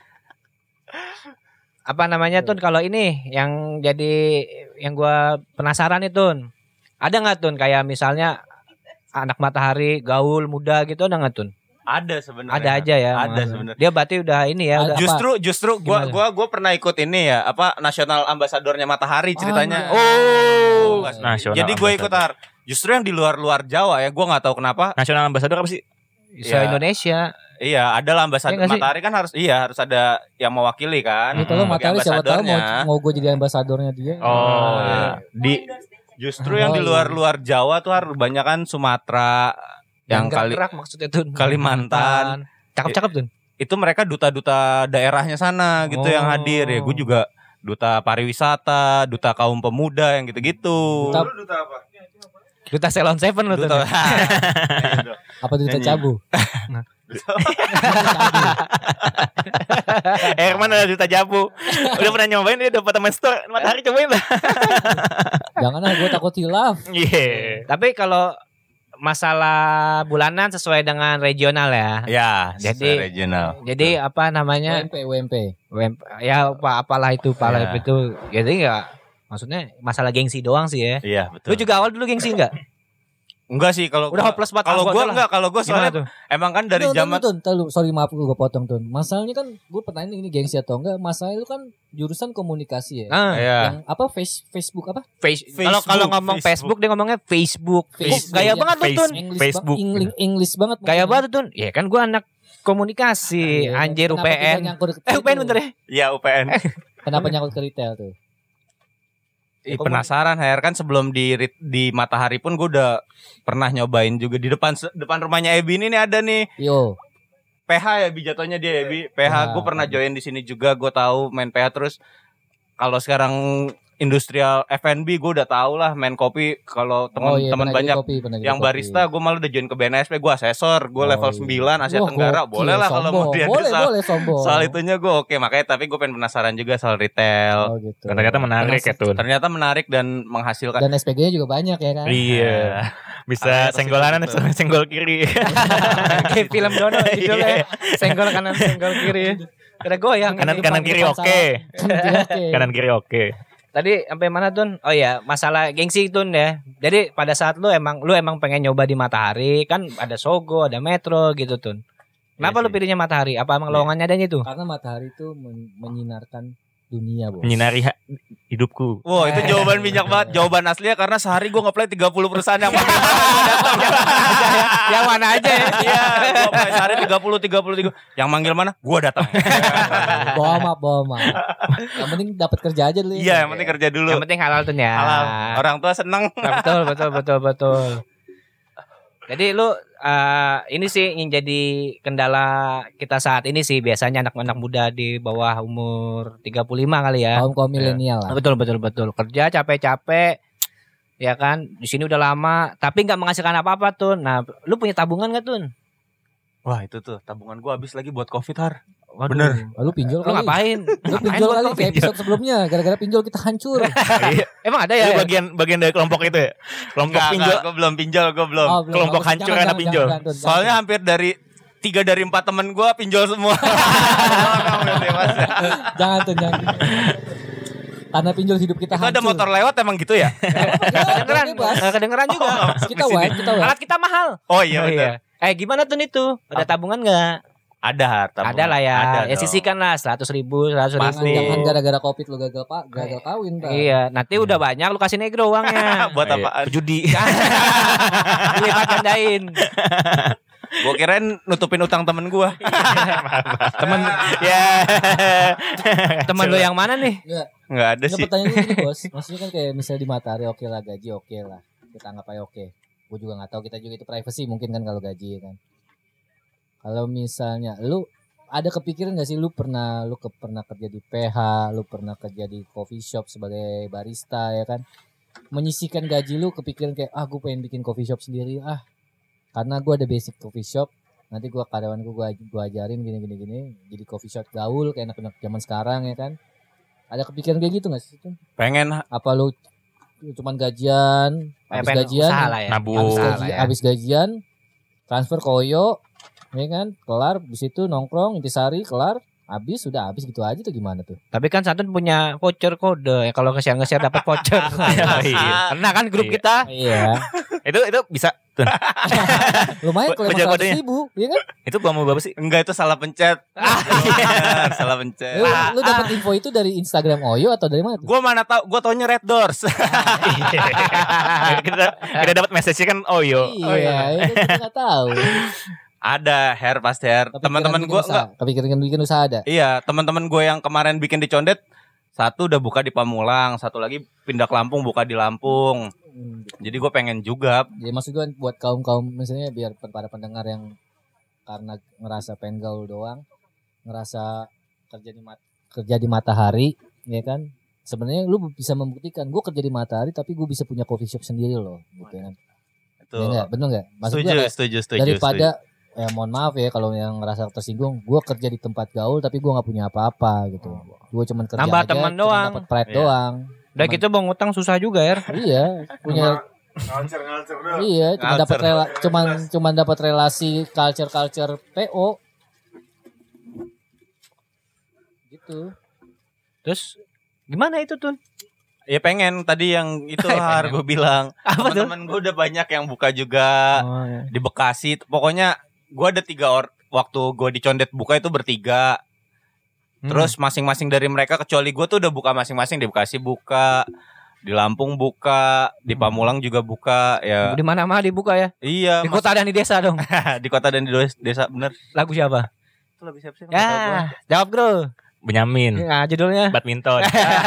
Apa namanya Tun kalau ini yang jadi yang gua penasaran nih Tun. Ada nggak Tun kayak misalnya anak matahari gaul muda gitu ada nggak Tun? Ada sebenarnya. Ada aja ya. Ada Mas. sebenarnya. Dia berarti udah ini ya. Ada. Udah. Justru justru gua Gimana? gua gua pernah ikut ini ya, apa nasional ambasadornya Matahari ceritanya. Oh, Nggak- Nasional Jadi gue ikut Ambassador. Har. Justru yang di luar-luar Jawa ya, gua nggak tahu kenapa. Nasional Ambassador apa sih? Se Ya. Indonesia. Iya, ada lah ambasador Iya nggak sih? Matahari kan harus iya harus ada yang mewakili kan. Ini tolong Sebagai Matahari siapa tahu mau ambasadornya. mau gue jadi ambasadornya dia. Oh, Nah, di justru yang Oh, di iya. luar-luar Jawa tuh harus banyak kan Sumatera, yang kali gerak maksudnya Tun. Kalimantan. Cakep-cakep Tun. itu mereka duta-duta daerahnya sana gitu Oh. yang hadir ya. Gue juga duta pariwisata, duta kaum pemuda yang gitu-gitu. Duta- Lu duta apa? Duta Salon Seven lo Tun. Duta. Apa duta Nyanyi. cabu? Herman ada duta jabu. Udah pernah nyobain dia departemen store Matahari, cobain lah. Jangan lah, gue takut hilaf. Iya. Tapi kalau masalah bulanan sesuai dengan regional ya. Ya, Jadi- sesuai regional. Jadi apa namanya? W M P, W M P. W M P, ya apa apalah itu, apalah Ya. itu. Jadi enggak maksudnya masalah gengsi doang sih ya. Iya, betul. Lu juga awal dulu gengsi enggak? Enggak sih kalau Udah gua- hopeless banget. Kalau Ah, gua gua aja lah. enggak, kalau gua Gimana soalnya tuh? emang kan dari Tunggu, zaman tunggu, tunggu, sorry maaf gue potong tuh. Masalahnya kan gue pertanyaan ini gengsi atau enggak? Masalahnya lu kan jurusan komunikasi ya. Ah, ya. Yang apa face, Facebook apa? face- Facebook, kalau kalau ngomong Facebook. Facebook dia ngomongnya Facebook. Facebook, Kok gaya ya. banget lu Face- Tun. English Facebook. ba- English, English banget. Gaya maksudnya. banget Tun. Ya kan gua anak komunikasi, Iya, anjir U P kenapa bisa N. nyangkut ke Eh U P N situ? bener ya? Iya U P N. Kenapa nyangkut ke retail tuh? Ih, penasaran Her, kan sebelum di rit- di Matahari pun gue udah pernah nyobain juga di depan depan rumahnya Ebi ini nih ada nih Yo, P H ya Bi jatuhnya dia Ebi P H. Ah. Gue pernah join di sini juga, gue tahu main P H. Terus kalau sekarang industrial F and B gue udah tahu lah main kopi. Kalau teman-teman pernah jadi banyak kopi, pernah jadi yang kopi. barista, gue malah udah join ke B N S P. Gue asesor, gue Oh, level iya. sembilan Asia Wah, Tenggara. gokil, Boleh lah kalau mau sombong. dia Boleh, soal, boleh sombong. soal itunya gue oke. Makanya tapi gue pengen penasaran juga soal retail. Oh gitu. Dan ternyata menarik ya tuh. Ternyata menarik dan menghasilkan. Dan S P G-nya juga banyak ya kan? Iya. Bisa Ada senggol kanan, positif, betul. senggol kiri. Kayak film Dono judulnya. Senggol kanan, senggol kiri. Ada goyang. Kanan ini. kanan kiri depan oke. Kanan kiri oke. Kanan kiri oke. Tadi sampai mana Tun? Oh ya, masalah gengsi Tun ya. Jadi pada saat lu emang lu emang pengen nyoba di Matahari, kan ada Sogo, ada Metro gitu Tun. Kenapa Iya lu sih. pilihnya Matahari? Apa emang Iya. lowongannya adanya tuh? Karena matahari itu men- menyinarkan dunia, Bos. Menyinari ha- hidupku. Wah itu jawaban minyak banget. Jawaban aslinya karena sehari gue ngeplay tiga puluh perusahaan yang manggil. Yang mana aja ya? Iya, gue play sehari tiga puluh, tiga puluh, tiga puluh. Yang manggil mana? Gue datang. Bawa map, bawa map. Yang penting dapat kerja aja dulu. ya. Iya, yang penting kerja dulu. Yang penting halal Tun ya. Halal. Orang tua seneng. Nah, betul, betul, betul, betul. Jadi lu eh, ini sih yang jadi kendala kita saat ini sih biasanya anak-anak muda di bawah umur tiga puluh lima kali ya. Kaum kaum milenial lah. Betul, betul, betul. Kerja capek-capek ya kan. Di sini udah lama tapi nggak menghasilkan apa-apa tuh. Nah, lu punya tabungan nggak Tun? Wah itu tuh tabungan gue habis lagi buat covid Har. Waduh. Bener. Oh, lu pinjol Lu kali. ngapain? Lu Ngapain pinjol buat kali Covid? kayak episode sebelumnya. Gara-gara pinjol kita hancur. Emang ada Itu ya? bagian bagian dari kelompok itu ya. Kelompok Enggak, pinjol. gue belum pinjol, gue belum. Oh, belum. Kelompok Jangan, hancur jangan, anak jangan, pinjol. jangan, jangan. Soalnya hampir dari tiga dari empat temen gue pinjol semua. jangan tuh, jangan. Karena pinjol hidup kita Itu hancur. ada motor lewat emang gitu ya? Kedengeran, Bebas. nggak kedengeran juga. Kita white, kita white. Alat kita mahal. Oh iya Oh, betul. Eh gimana Tun itu? Ada tabungan nggak? Ada Har, tabungan. Ada lah ya. Ada Ya dong. sisihkan lah seratus ribu, seratus Jangan, ribu. jangan gara-gara covid lu gagal pak, gagal kawin pak. Iya, nanti udah banyak lu kasih negro uangnya. Buat Iya. apaan? Judi. Dilipat gandain. Gue kirain nutupin utang temen gue. Temen Ya. temen lu yang mana nih? Enggak. Nggak ada Nggak, sih. pertanyaan gue gini bos. Maksudnya kan kayak misalnya di Matahari oke lah gaji oke lah. Kita anggap aja oke. Gue juga nggak tahu, kita juga itu privacy mungkin kan kalau gaji ya kan. Kalau misalnya lu ada kepikiran gak sih lu pernah lu ke, pernah kerja di P H, lu pernah kerja di coffee shop sebagai barista ya kan? Menyisihkan gaji lu kepikiran kayak ah gue pengen bikin coffee shop sendiri ah karena gue ada basic coffee shop Nanti gua karyawan gua gua, gua ajarin gini gini gini. Jadi coffee shop gaul kayak anak-anak zaman sekarang ya kan. Ada kepikiran kayak gitu enggak sih Tun? Pengen Apa lu cuman gajian, habis Pengen gajian, usaha lah ya. Nabung. habis, Usaha gaji, lah ya. habis gajian transfer ke Oyo, ya kan, kelar, di situ nongkrong, intisari, kelar, habis sudah habis gitu aja tuh gimana tuh? Tapi kan Santun punya voucher kode ya, kalau nge-share nge-share dapat voucher. Iya. Karena kan grup Iya. kita Iya, Itu itu bisa. Tun. lumayan kalau Voucher seratus kodenya. ribu, ya kan? Itu promo berapa sih? enggak itu salah pencet. Benar, salah pencet. Lu, lu dapat info itu dari Instagram Oyo atau dari mana tuh? Gua mana tahu, gua taunya Red Doors. kita kita dapat message kan oh yo. Iya, itu kita nggak tahu. Ada Hair pasti Hair. Kepikiran Teman-teman bikin gua usaha. enggak. Kepikiran bikin usaha ada. Iya, teman-teman gue yang kemarin bikin di Condet, satu udah buka di Pamulang, satu lagi pindah ke Lampung, buka di Lampung. Hmm. Jadi gue pengen juga. Jadi maksud gue buat kaum-kaum misalnya biar para pendengar yang karena ngerasa pengen gaul doang, ngerasa kerja di mat kerja di matahari, ya kan? Sebenarnya lu bisa membuktikan gue kerja di matahari tapi gue bisa punya coffee shop sendiri loh, gitu kan? Itu. Ya enggak, bener enggak? Maksud gue Setuju, kayak setuju, setuju. daripada ya mohon maaf ya kalau yang ngerasa tersinggung, gue kerja di tempat gaul tapi gue nggak punya apa-apa gitu. Gue cuman kerja Nambah aja, teman cuman doang. dapat pride Iya. doang. Udah gitu mau ngutang susah juga ya. Iya, punya Ngalcer-ngalcer dong. iya, cuma Culture. dapat rela, cuman cuman dapat relasi culture-culture P O. Gitu. Terus gimana itu Tun? Ya pengen tadi yang itu Pengen. har gue bilang. Apa tuh? Teman-teman gue udah banyak yang buka juga Oh, ya. di Bekasi. Pokoknya gue ada tiga or waktu gue di Condet buka itu bertiga. Hmm. Terus masing-masing dari mereka kecuali gue tuh udah buka masing-masing. Di Bekasi buka, di Lampung buka, di Pamulang juga buka. Ya di mana-mana dibuka ya. iya. Di mas- kota dan di desa dong. di kota dan di des- desa bener. Lagu siapa? Itu lebih siapa sih? Nggak tahu gua. Ya, jawab bro. Benyamin. Nah, judulnya Badminton.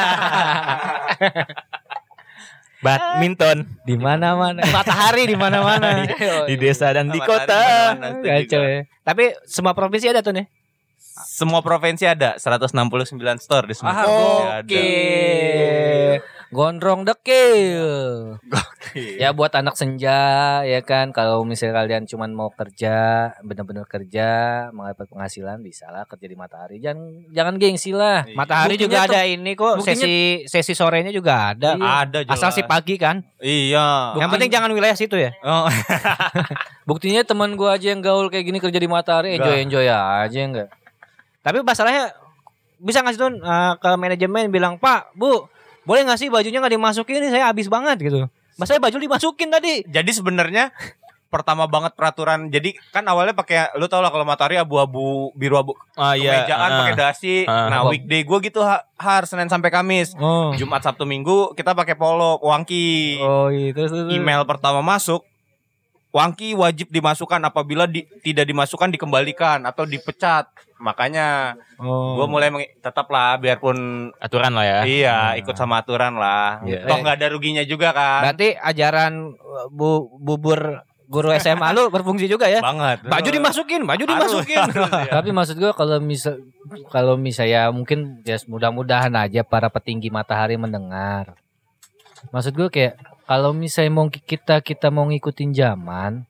Badminton di mana-mana. Matahari di mana-mana. di desa dan di Matahari kota. mana-mana, setuju Kacau gua. ya. Tapi semua provinsi ada tuh nih. Semua provinsi ada, seratus enam puluh sembilan store di semua Ah, provinsi ada. oke. Gondrong dekil. Ya buat anak senja ya kan, kalau misalnya kalian cuman mau kerja, bener-bener kerja, mendapat penghasilan, bisa lah kerja di Matahari. Jangan jangan gengsi lah. Iya. Matahari Buktinya juga tuh- ada ini kok, buktinya- sesi sesi sorenya juga ada. Ada jelas. Asal si pagi kan. Iya. Yang penting jangan wilayah situ ya. Oh, Buktinya teman gua aja yang gaul kayak gini kerja di Matahari, Enggak. enjoy-enjoy aja enggak. Tapi masalahnya bisa ngasih tuh uh, ke manajemen bilang, "Pak, Bu, boleh nggak sih bajunya nggak dimasukin, ini saya habis banget gitu." Masalahnya baju dimasukin tadi. jadi sebenarnya pertama banget peraturan. Jadi kan awalnya pakai, lu tau lah kalau Matahari abu-abu, biru abu, Ah iya. kemejaan ah. pakai dasi. Ah. Nah, weekday gue gitu ha- har Senin sampai Kamis. Oh. Jumat, Sabtu, Minggu kita pakai polo, wangki. Oh, iya, terus, terus, terus. Email pertama masuk, wangki wajib dimasukkan, apabila di- tidak dimasukkan dikembalikan atau dipecat. Makanya Oh. gue mulai meng- tetap lah biarpun Aturan lah ya. iya ikut sama aturan lah. Iya. Toh nggak ada ruginya juga kan. Berarti ajaran uh, bu, bubur guru S M A lu berfungsi juga ya? Banget. Baju dimasukin, baju Harus, dimasukin. harus, ya. Tapi maksud gua kalau misal kalau misalnya mungkin ya mudah-mudahan aja para petinggi Matahari mendengar. Maksud gua kayak kalau misalnya mau kita kita mau ngikutin zaman,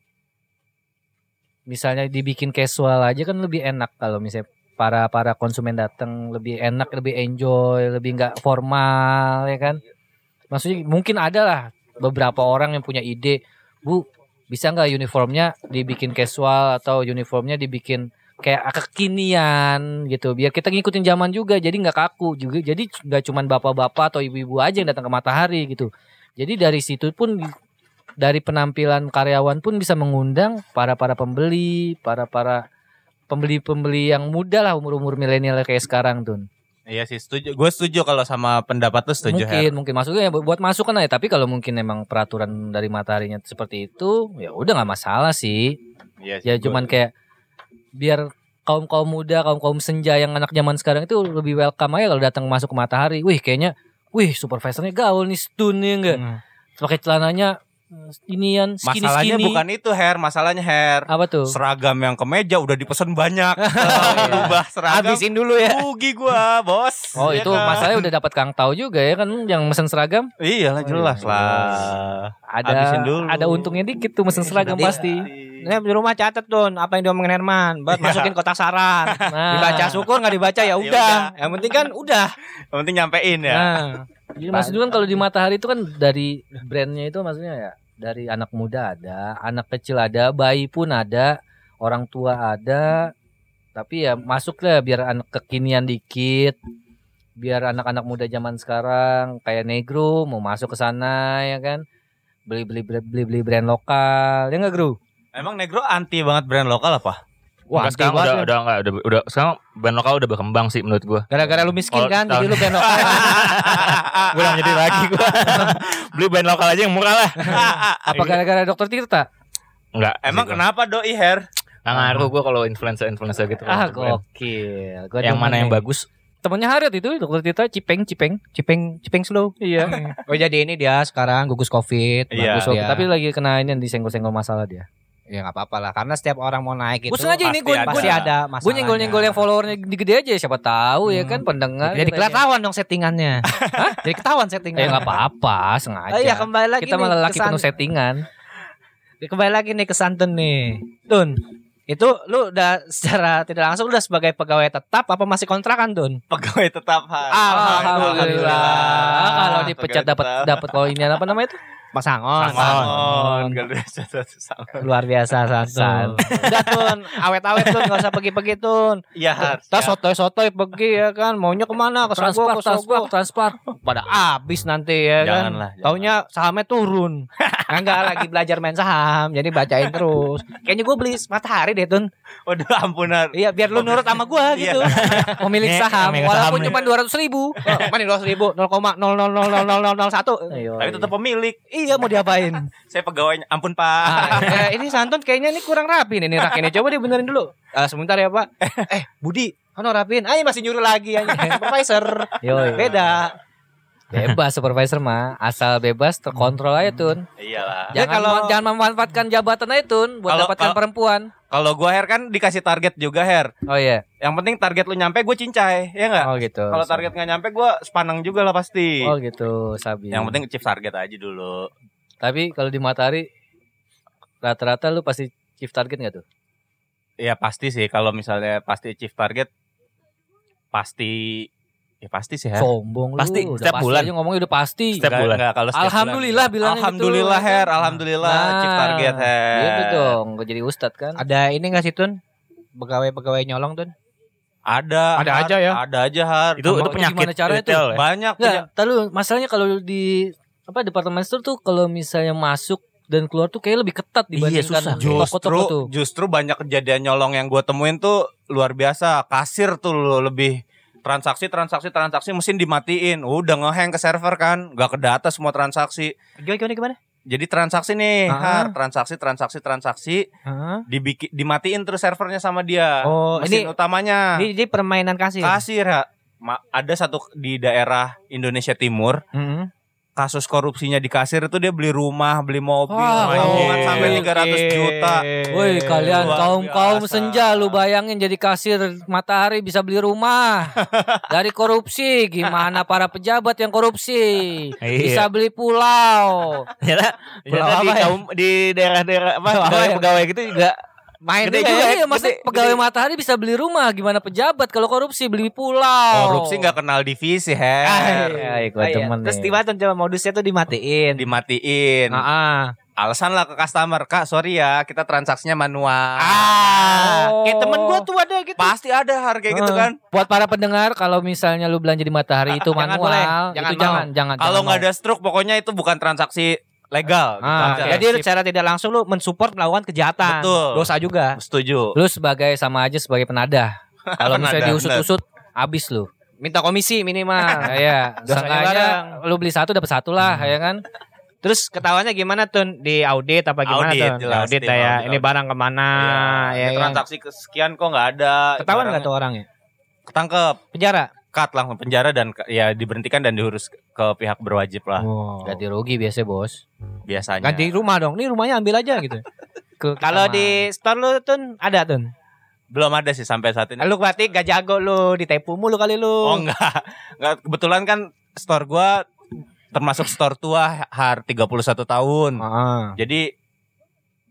misalnya dibikin casual aja kan lebih enak kalau misalnya para para konsumen datang lebih enak, lebih enjoy, lebih nggak formal ya kan. Maksudnya mungkin ada lah beberapa orang yang punya ide, Bu, bisa nggak uniformnya dibikin casual atau uniformnya dibikin kayak kekinian gitu, biar kita ngikutin zaman juga, jadi nggak kaku juga, jadi nggak cuman bapak-bapak atau ibu-ibu aja yang datang ke Matahari gitu. Jadi dari situ pun, dari penampilan karyawan pun bisa mengundang para para pembeli, para para pembeli-pembeli yang muda lah, umur-umur milenial kayak sekarang tuh. Iya sih, setuju. Gue setuju kalau sama pendapat lu, setuju. Mungkin Her. mungkin masuknya ya buat masukan aja, tapi kalau mungkin emang peraturan dari Mataharinya seperti itu, ya udah nggak masalah sih. Iya sih, Ya gua- cuman kayak biar kaum kaum muda, kaum kaum senja yang anak zaman sekarang itu lebih welcome aja kalau datang masuk ke Matahari. Wih kayaknya, wih supervisornya gaul nih, stun nih enggak? Hmm. Pakai celananya eh, inian skinny masalahnya skinny. bukan itu, Her. Masalahnya, Her. Apa tuh? Seragam yang kemeja udah dipesen banyak. Kalau ubah seragam, Habisin dulu ya. rugi gua, bos. Oh Iya itu kan? masalahnya udah dapat Kang Tau juga ya kan yang mesen seragam. Iya lah, jelas iya. lah. Ada Habisin dulu. ada untungnya dikit tuh mesen seragam Iya. pasti. Iya. Ini di rumah catat tuh apa yang diomongin Herman, buat masukin kotak saran. Nah. Dibaca syukur nggak dibaca ya udah. Yang penting kan udah. Yang penting nyampein ya. Nah, Jadi maksud gue kan kalau di Matahari itu kan dari brandnya itu maksudnya ya dari anak muda ada, anak kecil ada, bayi pun ada, orang tua ada. Tapi ya masuk lah biar anak kekinian dikit. Biar anak-anak muda zaman sekarang kayak Negro mau masuk ke sana ya kan. Beli-beli beli-beli brand lokal. Ya enggak, Gru? Emang Negro anti banget brand lokal apa? wah, Enggak, sekarang anti udah banget. udah enggak udah udah sekarang band lokal udah berkembang sih menurut gua. Gara-gara lu miskin Oh, kan, jadi tahun- lu band lokal. Gua udah jadi lagi gua. Beli band lokal aja yang murah lah. Apa gara-gara Dokter Tirta? Enggak. Emang sih gua. kenapa doi Her? Nggak ngaruh gua kalau influencer-influencer gitu. Ah, kalau brand. gokil. Gua Yang demen mana yang nih. bagus? Temennya Harit itu Dokter Tirta Cipeng Cipeng. Cipeng, cipeng slow. Iya. Oh jadi ini dia sekarang gugus covid. Iya. Bagus Oke, dia. tapi lagi kena ini yang disenggol-senggol masalah dia. ya nggak apa-apa lah, karena setiap orang mau naik itu Gue sengaja ini pasti gue ada. pasti ada masalah. gue nyenggol-nyenggol yang followernya gede aja, siapa tahu ya Hmm. kan pendengar. Jadi katanya. ketahuan dong settingannya. Hah? Jadi ketahuan settingan. Ya nggak apa-apa, sengaja. Oh iya, kembali lagi Kita nih malah laki ke penuh san- settingan. Kembali lagi nih ke Santun nih. Tun, itu lu udah secara tidak langsung udah sebagai pegawai tetap apa masih kontrakan, Tun? Pegawai tetap Har. Alhamdulillah. Kalau dipecat Pegawai dapat tetap. dapat kalau ini apa namanya itu? Pasangon. Sangon. Garuda Sangon. Luar biasa Santun. Udah Tun, awet-awet Tun, gak usah pergi-pergi Tun. Iya Har. Kita sotoy-sotoy pergi ya kan. Maunya kemana? Ke Sogo, Transfer, ke transfer, Sogo. transfer. Pada habis nanti ya kan. Janganlah, jangan. Taunya sahamnya turun. Enggak lagi belajar main saham, jadi bacain terus. Kayaknya gue beli Matahari deh Tun. Waduh ampun Har. Iya, biar lu nurut sama gue Iya. gitu. Pemilik Nih, saham pemilik saham walaupun nih. cuma dua ratus ribu. Oh, mana dua ratus ribu nol koma nol nol nol nol nol nol satu. Tapi tetap pemilik. Iya, mau diapain? Saya pegawainya. Ampun Pak. Ah, ya, ini Santun kayaknya ini kurang rapi nih, nih rak ini. Coba dibenerin dulu. Ah, sebentar ya Pak. Eh Budi, kan rapiin. Ah, masih nyuruh lagi aja. Supervisor. Yoi. Beda. Bebas supervisor mah, asal bebas terkontrol aja Tun. Iyalah. Jangan kalau- jangan memanfaatkan jabatan aja Tun buat Kalau- dapatkan kalau- perempuan. Kalau gua Her kan dikasih target juga Her. Oh iya. Yang penting target lu nyampe gue cincai, ya enggak? Oh gitu. Kalau target nggak nyampe gue sepanang juga lah pasti. Oh gitu, Sabi. Yang penting chief target aja dulu. Tapi kalau di Matahari rata-rata lu pasti chief target enggak tuh? Ya pasti sih kalau misalnya pasti chief target pasti ya pasti sih Her. Sombong Pasti, lu. Udah setiap pasti bulan. aja ngomongnya udah pasti. Setiap Enggak, bulan. enggak, kalau setiap Alhamdulillah bulan. bilangnya gitu. Alhamdulillah Her, alhamdulillah Nah, chief target Her. Gitu dong, gue jadi ustad kan. Ada ini nggak sih Tun? Pegawai-pegawai nyolong Tun? Ada. Ada Har. aja ya? Ada aja Har. Itu Sama- itu penyakit gimana caranya tuh? retail ya. Banyak Enggak, punya. entar lu masalahnya kalau di apa departemen store tuh kalau misalnya masuk dan keluar tuh kayak lebih ketat dibandingkan susah. toko-toko Justru tuh. justru banyak kejadian nyolong yang gue temuin tuh luar biasa. Kasir tuh lo lebih transaksi transaksi transaksi mesin dimatiin. Udah ngehang ke server kan, nggak ke data semua transaksi. Gimana gimana gimana? Jadi transaksi nih, Ah. Har, transaksi transaksi transaksi Hah? dibikin dimatiin terus servernya sama dia. Oh, mesin ini utamanya. ini, ini permainan kasir. Kasir ya. Ma- ada satu di daerah Indonesia Timur, Mm-hmm. kasus korupsinya di kasir itu dia beli rumah, beli mobil, Wah, tabungan anjir. sampai tiga ratus juta. Woi kalian luar kaum kaum biasa. senja, lu bayangin jadi kasir Matahari bisa beli rumah dari korupsi. Gimana para pejabat yang korupsi Iya. bisa beli pulau? Ternyata, ternyata Pulau di apa ya? kaum di daerah-daerah apa Pulau apa ya? pegawai-pegawai gitu juga Main Gede juga juga ya. Iya, masa gede- pegawai gede. Matahari bisa beli rumah, gimana pejabat kalau korupsi beli pulau? Korupsi nggak kenal divisi, Her. Ay, gua Ah, iya. demen Terus nih. tiba tuh coba modusnya tuh dimatiin. Dimatiin. Ah, ah. Alasan lah ke customer, Kak, sorry ya, kita transaksinya manual. Ah, Oh. kayak temen gua tuh ada gitu. Pasti ada harga gitu Eh, kan. Buat para pendengar, kalau misalnya lu belanja di Matahari itu Jangan manual, boleh. itu Jangan mau. jangan, jangan. Kalau jangan nggak mau. ada stroke, pokoknya itu bukan transaksi legal. gitu Ah, aja. jadi lu secara tidak langsung lu mensupport melakukan kejahatan. Betul. Dosa juga. Setuju. Lu sebagai sama aja sebagai penadah. Kalau misalnya Penadah, diusut-usut, habis lu. Minta komisi minimal. Iya, Dosanya seenggaknya bareng. lu beli satu dapat satu lah, ya kan? Terus ketawanya gimana tuh? Di audit apa gimana Audit, tuh? Di jelas, audit tim lah ya. audit, Ini audit. barang kemana? Iya, Ya, ini kan? transaksi kesekian kok nggak ada. Ketahuan nggak Barangnya tuh orangnya? Ketangkep, Penjara. cut langsung penjara dan ke- ya diberhentikan dan diurus ke pihak berwajib lah Oh. Ganti rugi biasanya, Bos. biasanya. Ganti rumah dong. Nih rumahnya ambil aja gitu. Ke- Kalau sama- di store lu tuh ada tuh. Belum ada sih sampai saat ini. Lu berarti gak jago lu, ditipu mulu kali lu. Oh enggak. Enggak, kebetulan kan store gua termasuk store tua Har tiga puluh satu tahun. Ah. Jadi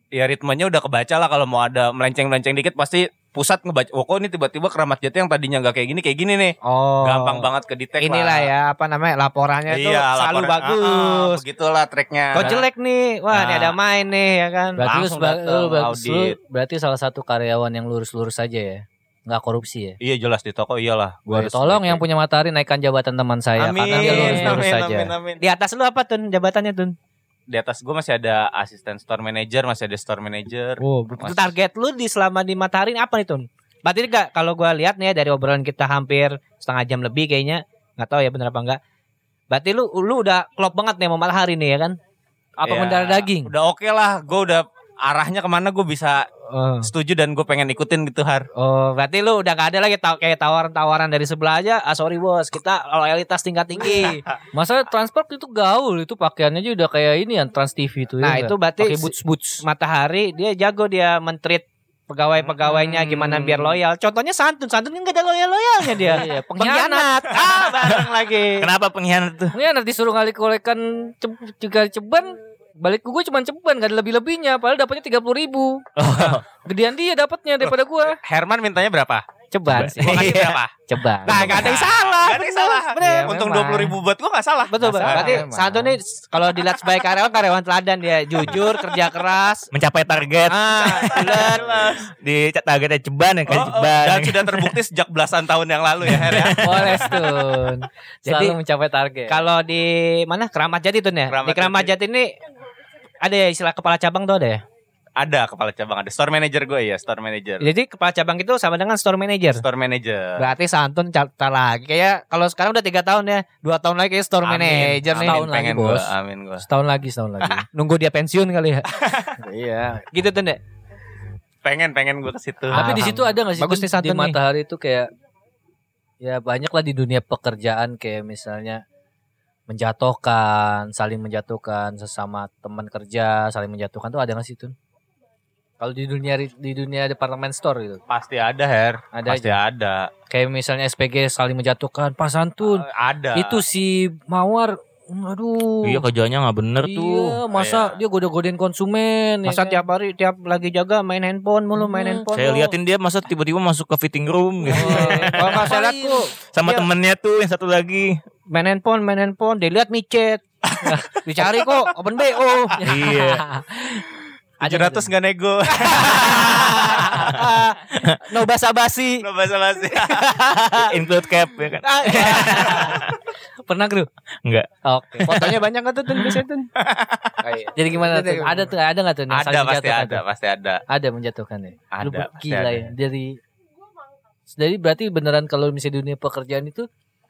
ya ritmenya udah kebaca lah. Kalau mau ada melenceng-melenceng dikit pasti pusat ngebaca. Oh kok ini tiba-tiba Keramat Jati yang tadinya nggak kayak gini kayak gini nih. Oh. Gampang banget ke detect lah. Inilah ya apa namanya laporannya tuh Iya, selalu laporan- bagus. Ah, ah, begitulah tracknya. Kok jelek nih? Wah, ini Nah. ada main nih ya kan. Berarti lu, Langsung seba- datang, lu bagus lu audit. berarti salah satu karyawan yang lurus-lurus aja ya. Nggak korupsi ya. Iya jelas di toko iyalah. Gua harus Tolong baik-baik. yang punya Matahari naikkan jabatan teman saya Amin. karena dia lurus-lurus amin, saja. amin, amin. Di atas lu apa tuh jabatannya tuh? Di atas gue masih ada asisten store manager, masih ada store manager. Oh, Mas- target lu di selama di Matahari ini apa nih Tun? Berarti enggak kalau gua lihat nih ya, dari obrolan kita hampir setengah jam lebih kayaknya, nggak tahu ya benar apa enggak. Berarti lu lu udah klop banget nih sama Matahari nih ya kan? Apa Ya, mendarah daging? Udah oke lah, gue udah arahnya kemana gue bisa Oh. setuju dan gue pengen ikutin gitu Har. Oh, berarti lu udah gak ada lagi taw- kayak tawaran-tawaran dari sebelah aja. Ah sorry bos, kita loyalitas tingkat tinggi. Masa transport itu gaul, itu pakaiannya aja udah kayak ini yang Trans T V itu ya. Nah, nggak? itu berarti pakai boots boots. Matahari dia jago dia mentreat pegawai-pegawainya Hmm. gimana biar loyal. Contohnya Santun, Santun kan gak ada loyal-loyalnya dia. Iya, Pengkhianat. Ah, bareng lagi. Kenapa pengkhianat tuh? Ini nanti disuruh ngalik-kolekan ce- juga ceban, balik ke gue cuma ceban, gak ada lebih-lebihnya. Padahal dapatnya tiga puluh ribu. Gedean dia dapatnya daripada gue. Herman mintanya berapa? Ceban sih. Gue kasih berapa? Ceban. Nah, gak ada yang salah. Gak ada yang salah. Bener. Iya, Untung memang. dua puluh ribu buat gue gak salah. Betul, Masalah, berarti emang. Santun nih kalau dilihat sebagai karyawan, karyawan teladan dia jujur, kerja keras. Mencapai target Ah, bener. di targetnya ceban ya kan Oh, oh, ceban. dan sudah terbukti sejak belasan tahun yang lalu ya Her ya. Boleh Stun. Jadi, Selalu mencapai target. Kalau di mana Keramat Jati tuh ya? Keramat Di Keramat Jati ini ada ya istilah kepala cabang tuh ada ya? Ada kepala cabang, ada store manager gue ya, store manager. Jadi kepala cabang itu sama dengan store manager. Store manager. Berarti Santun carta lagi. Kayak kalau sekarang udah tiga tahun ya, dua tahun lagi kayak store Amin, manager nih. Setahun lagi, pengen Bos. gue, amin gue. setahun lagi, setahun lagi. Nunggu dia pensiun kali ya. Iya. Gitu tuh deh. Pengen pengen gue ke situ. Tapi di situ ada nggak sih Bagus Tun, nih Santun di nih. Matahari itu kayak ya banyak lah di dunia pekerjaan kayak misalnya menjatuhkan, saling menjatuhkan sesama teman kerja, saling menjatuhkan tuh ada nggak sih Tun? Kalau di dunia di dunia departemen store gitu, Pasti ada Her. ada Pasti aja. ada. Kayak misalnya S P G saling menjatuhkan, Pak Santun, Eh, ada. itu si Mawar, aduh. Iya kerjanya nggak bener tuh. Iya, masa dia goda-godain konsumen. Masa ya kan? tiap hari tiap lagi jaga main handphone mulu, main Hmm. handphone. Saya mulu. liatin dia masa tiba-tiba masuk ke fitting room gitu. Oh, kalau nggak saya lihat tuh Sama Iya. temennya tuh yang satu lagi. main handphone, main handphone, dia lihat micet. Dicari kok open B O. Iya. tujuh ratus nggak nego. No basa-basi. Nggak basa-basi. Include cap ya kan. Ah, iya. Pernah Gru? Enggak. Oke. Fotonya banyak nggak tuh tuh biasanya tuh? Jadi gimana tuh? Jadi- Ada tuh, ada nggak tuh? yang Ada saling pasti menjatuhkan ada, tuh? pasti ada. Ada menjatuhkan ya. Ada, Lu pasti gila ada. ya. Dari Jadi berarti beneran kalau misalnya dunia pekerjaan itu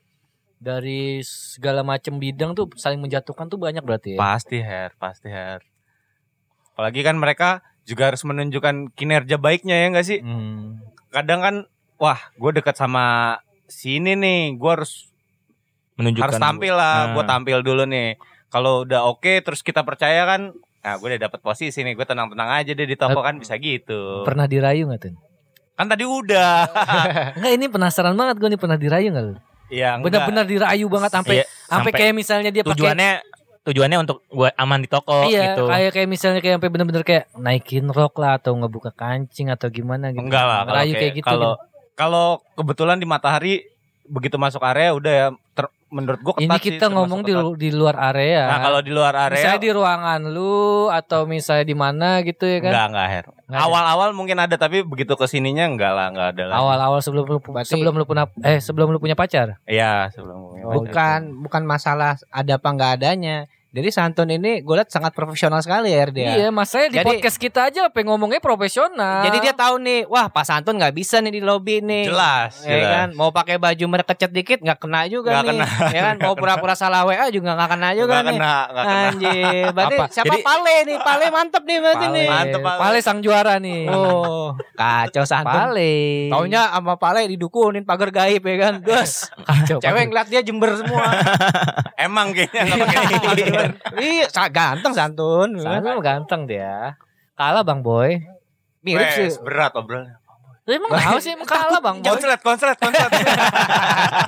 dari segala macam bidang tuh saling menjatuhkan tuh banyak berarti ya. Pasti Her, pasti Her. Apalagi kan mereka juga harus menunjukkan kinerja baiknya ya nggak sih? Hmm. Kadang kan, wah, gue dekat sama sini nih, gue harus Menunjukkan. harus tampil lah, Nah. gue tampil dulu nih. Kalau udah oke, terus kita percaya kan, nah gue udah dapet posisi nih, gue tenang-tenang aja deh di toko kan bisa gitu. Pernah dirayu nggak tuh? Kan tadi udah. Enggak, ini penasaran banget gue nih, pernah dirayu nggak lu? Iya, enggak. Benar-benar dirayu banget sampai Iya, sampai sampai kayak misalnya dia pakai tujuannya tujuannya untuk gua aman di toko iya, gitu. kayak kayak misalnya kayak sampai bener-bener kayak naikin rok lah atau ngebuka kancing atau gimana gitu. Enggak lah, kalau Rayu kayak, kayak gitu. kalau gitu. kalau kebetulan di Matahari begitu masuk area udah ya ter- menurut gue ketat Ini sih, kita termasuk ngomong di, ketat. di luar area. Nah, kalau di luar area misalnya di ruangan lu atau misalnya di mana gitu ya kan. enggak enggak Her. Nggak ada. Awal-awal mungkin ada tapi begitu kesininya enggak lah, enggak ada lagi. Awal-awal sebelum lu Berarti- sebelum lu punya eh sebelum lu punya pacar. Iya, sebelum Bukan bukan masalah ada apa nggak adanya. Jadi Santun ini gue lihat sangat profesional sekali ya dia. Iya, masanya di Jadi- podcast kita aja apa yang ngomongnya profesional. Jadi dia tahu nih, wah Pak Santun nggak bisa nih di lobby nih. Jelas, Ya jelas. kan, mau pakai baju merek kecet dikit nggak kena juga Nggak nih. kena. Ya kan, mau pura-pura salah W A juga nggak kena juga Enggak nih. kena, enggak kena. Anjir, berarti Apa? siapa Jadi- Pale nih? Pale mantep nih berarti Pale. nih. Mantep, Pale. Pale sang juara nih. Oh, kacau Santun. Pale. Taunya sama Pale didukunin pagar gaib ya kan. Gus, Kacau. cewek ngeliat dia jember semua. Emang kayaknya enggak pakai. Iya, sa- ganteng Santun. Sana ganteng dia. Kalah Bang Boy. Mirip sih. Wes, berat obrolannya. Lu emang tahu sih emang kalah Bang Boy. Konslet, konslet, konslet.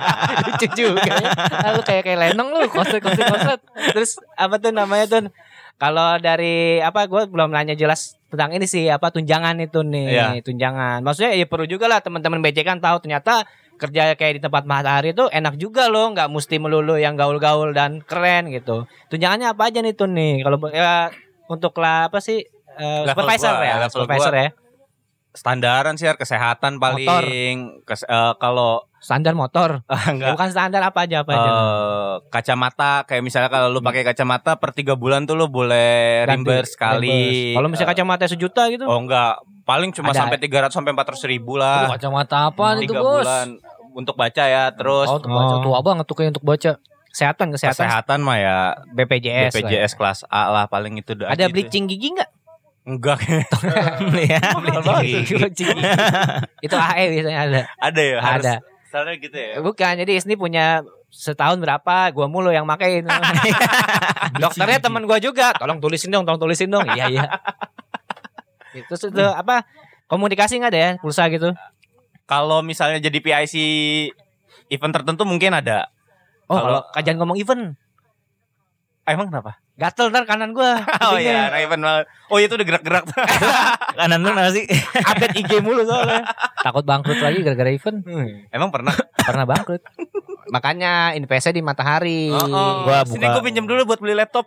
Lucu juga. Ah, lu kayak kayak Lenong lu, konslet konslet konslet. Terus apa tuh namanya tuh? Kalau dari apa gue belum nanya jelas tentang ini sih apa tunjangan itu nih, Iya. tunjangan. Maksudnya ya perlu juga lah teman-teman B C kan tahu ternyata kerja kayak di tempat matahari itu enak juga loh, nggak mesti melulu yang gaul-gaul dan keren gitu. Tunjangannya apa aja nih tuh nih? Kalau ya untuk lah apa sih eh, Level supervisor gua, ya, level supervisor gua. ya. Standaran sih, kesehatan paling. Kes- eh, kalau Standar motor. enggak Bukan standar apa aja apa aja. eh, kacamata kayak misalnya kalau lu pakai kacamata per tiga bulan tuh lu boleh Ganti, reimburse sekali. reimburse. Kalau misalnya kacamata sejuta gitu. Oh enggak, paling cuma Ada. sampai tiga ratus sampai empat ratus ribu Aduh, lah. kacamata apaan itu Tiga bos? bulan untuk baca ya. Terus Oh, untuk baca Oh. tua banget tuh kayak untuk baca. Kesehatan, kesehatan. kesehatan mah ya B P J S. B P J S kelas A lah paling itu udah Ada aja bleaching gigi enggak? itu. Enggak. ya, beli Bleaching gigi. Itu A E biasanya ada. Ada ya, harus Ada. Soalnya gitu ya. Bukan, jadi Isni punya setahun berapa, gua mulu yang makein. Dokternya teman gua juga, tolong tulisin dong, tolong tulisin dong. Iya iya. Itu itu apa? Komunikasi nggak ada ya pulsa gitu? Kalau misalnya jadi P I C event tertentu mungkin ada. Oh, Kalau- kalau kajian ngomong event, Ah, emang kenapa? gatel ntar kanan gua. Oh iya, anak event banget. Oh itu udah gerak-gerak. kanan lu nggak sih? Update I G mulu soalnya. Takut bangkrut lagi gara-gara event. Emang pernah? Pernah bangkrut. Makanya investnya di matahari. Oh, oh. Gua Sini buka- gue pinjam dulu buat beli laptop.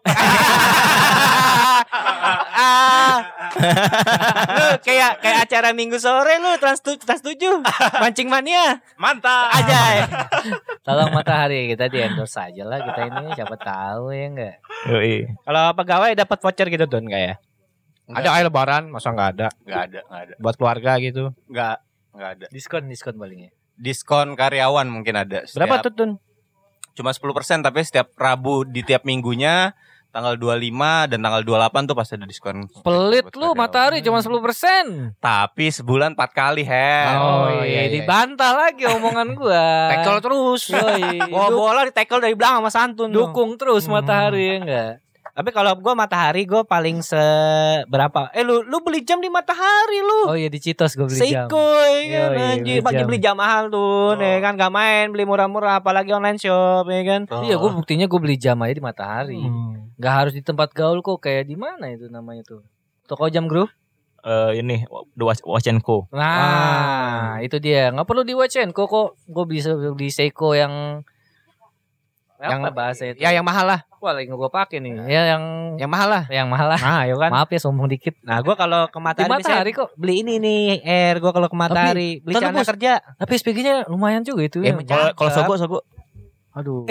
ah, lu kayak kayak acara minggu sore lu trans tu- trans tujuh mancing mania Mantap. aja. Tolong matahari kita di endorse aja lah kita ini siapa tahu ya enggak. Yoi. Kalau pegawai dapat voucher gitu tuh enggak ya? Ada air lebaran, masa enggak ada? Enggak ada, enggak ada. Buat keluarga gitu. Enggak, enggak ada. Diskon diskon palingnya. Diskon karyawan mungkin ada. Berapa Setiap- tuh Tun? Cuma sepuluh persen tapi setiap Rabu di tiap minggunya tanggal dua puluh lima dan tanggal dua puluh delapan tuh pasti ada diskon. Pelit Buat lu karyawan. matahari cuma sepuluh persen. Tapi sebulan empat kali, Her. Oh, iya, iya. Dibantah lagi omongan gua. Tackle terus. Yoi. Bawa bola di tackle dari belakang sama Santun. tuh. Dukung terus matahari ya enggak. Tapi kalau gua matahari gua paling seberapa? Eh lu lu beli jam di matahari lu. Oh iya di Citos gua beli jam. Seikoy Iya, kan iya, anjir, beli bagi jam. beli jam mahal tuh, ya kan gak main beli murah-murah apalagi online shop ya kan. Iya gua buktinya gua beli jam aja di matahari. Hmm. Gak harus di tempat gaul kok kayak di mana itu namanya tuh. Toko jam Gru. Eh, ini The Watch, Watch and Co. Nah, itu dia. Nggak perlu di Watch and Co kok. Gue bisa beli Seiko yang Yang- apa bahasa itu? Ya yang mahal lah, Wah, lagi gue pakai nih. Ya yang yang mahal lah. yang mahal lah. Nah, ayo kan. Maaf ya sombong dikit. Nah, gua kalau ke Di matahari, matahari biasanya kok. beli ini nih, Air. Gua kalau ke matahari, beli Ntar lu, celana Bos. kerja. Tapi S P G-nya lumayan juga itu. Ya, ya. menca- Kalau kalau Sogo, Sogo Aduh.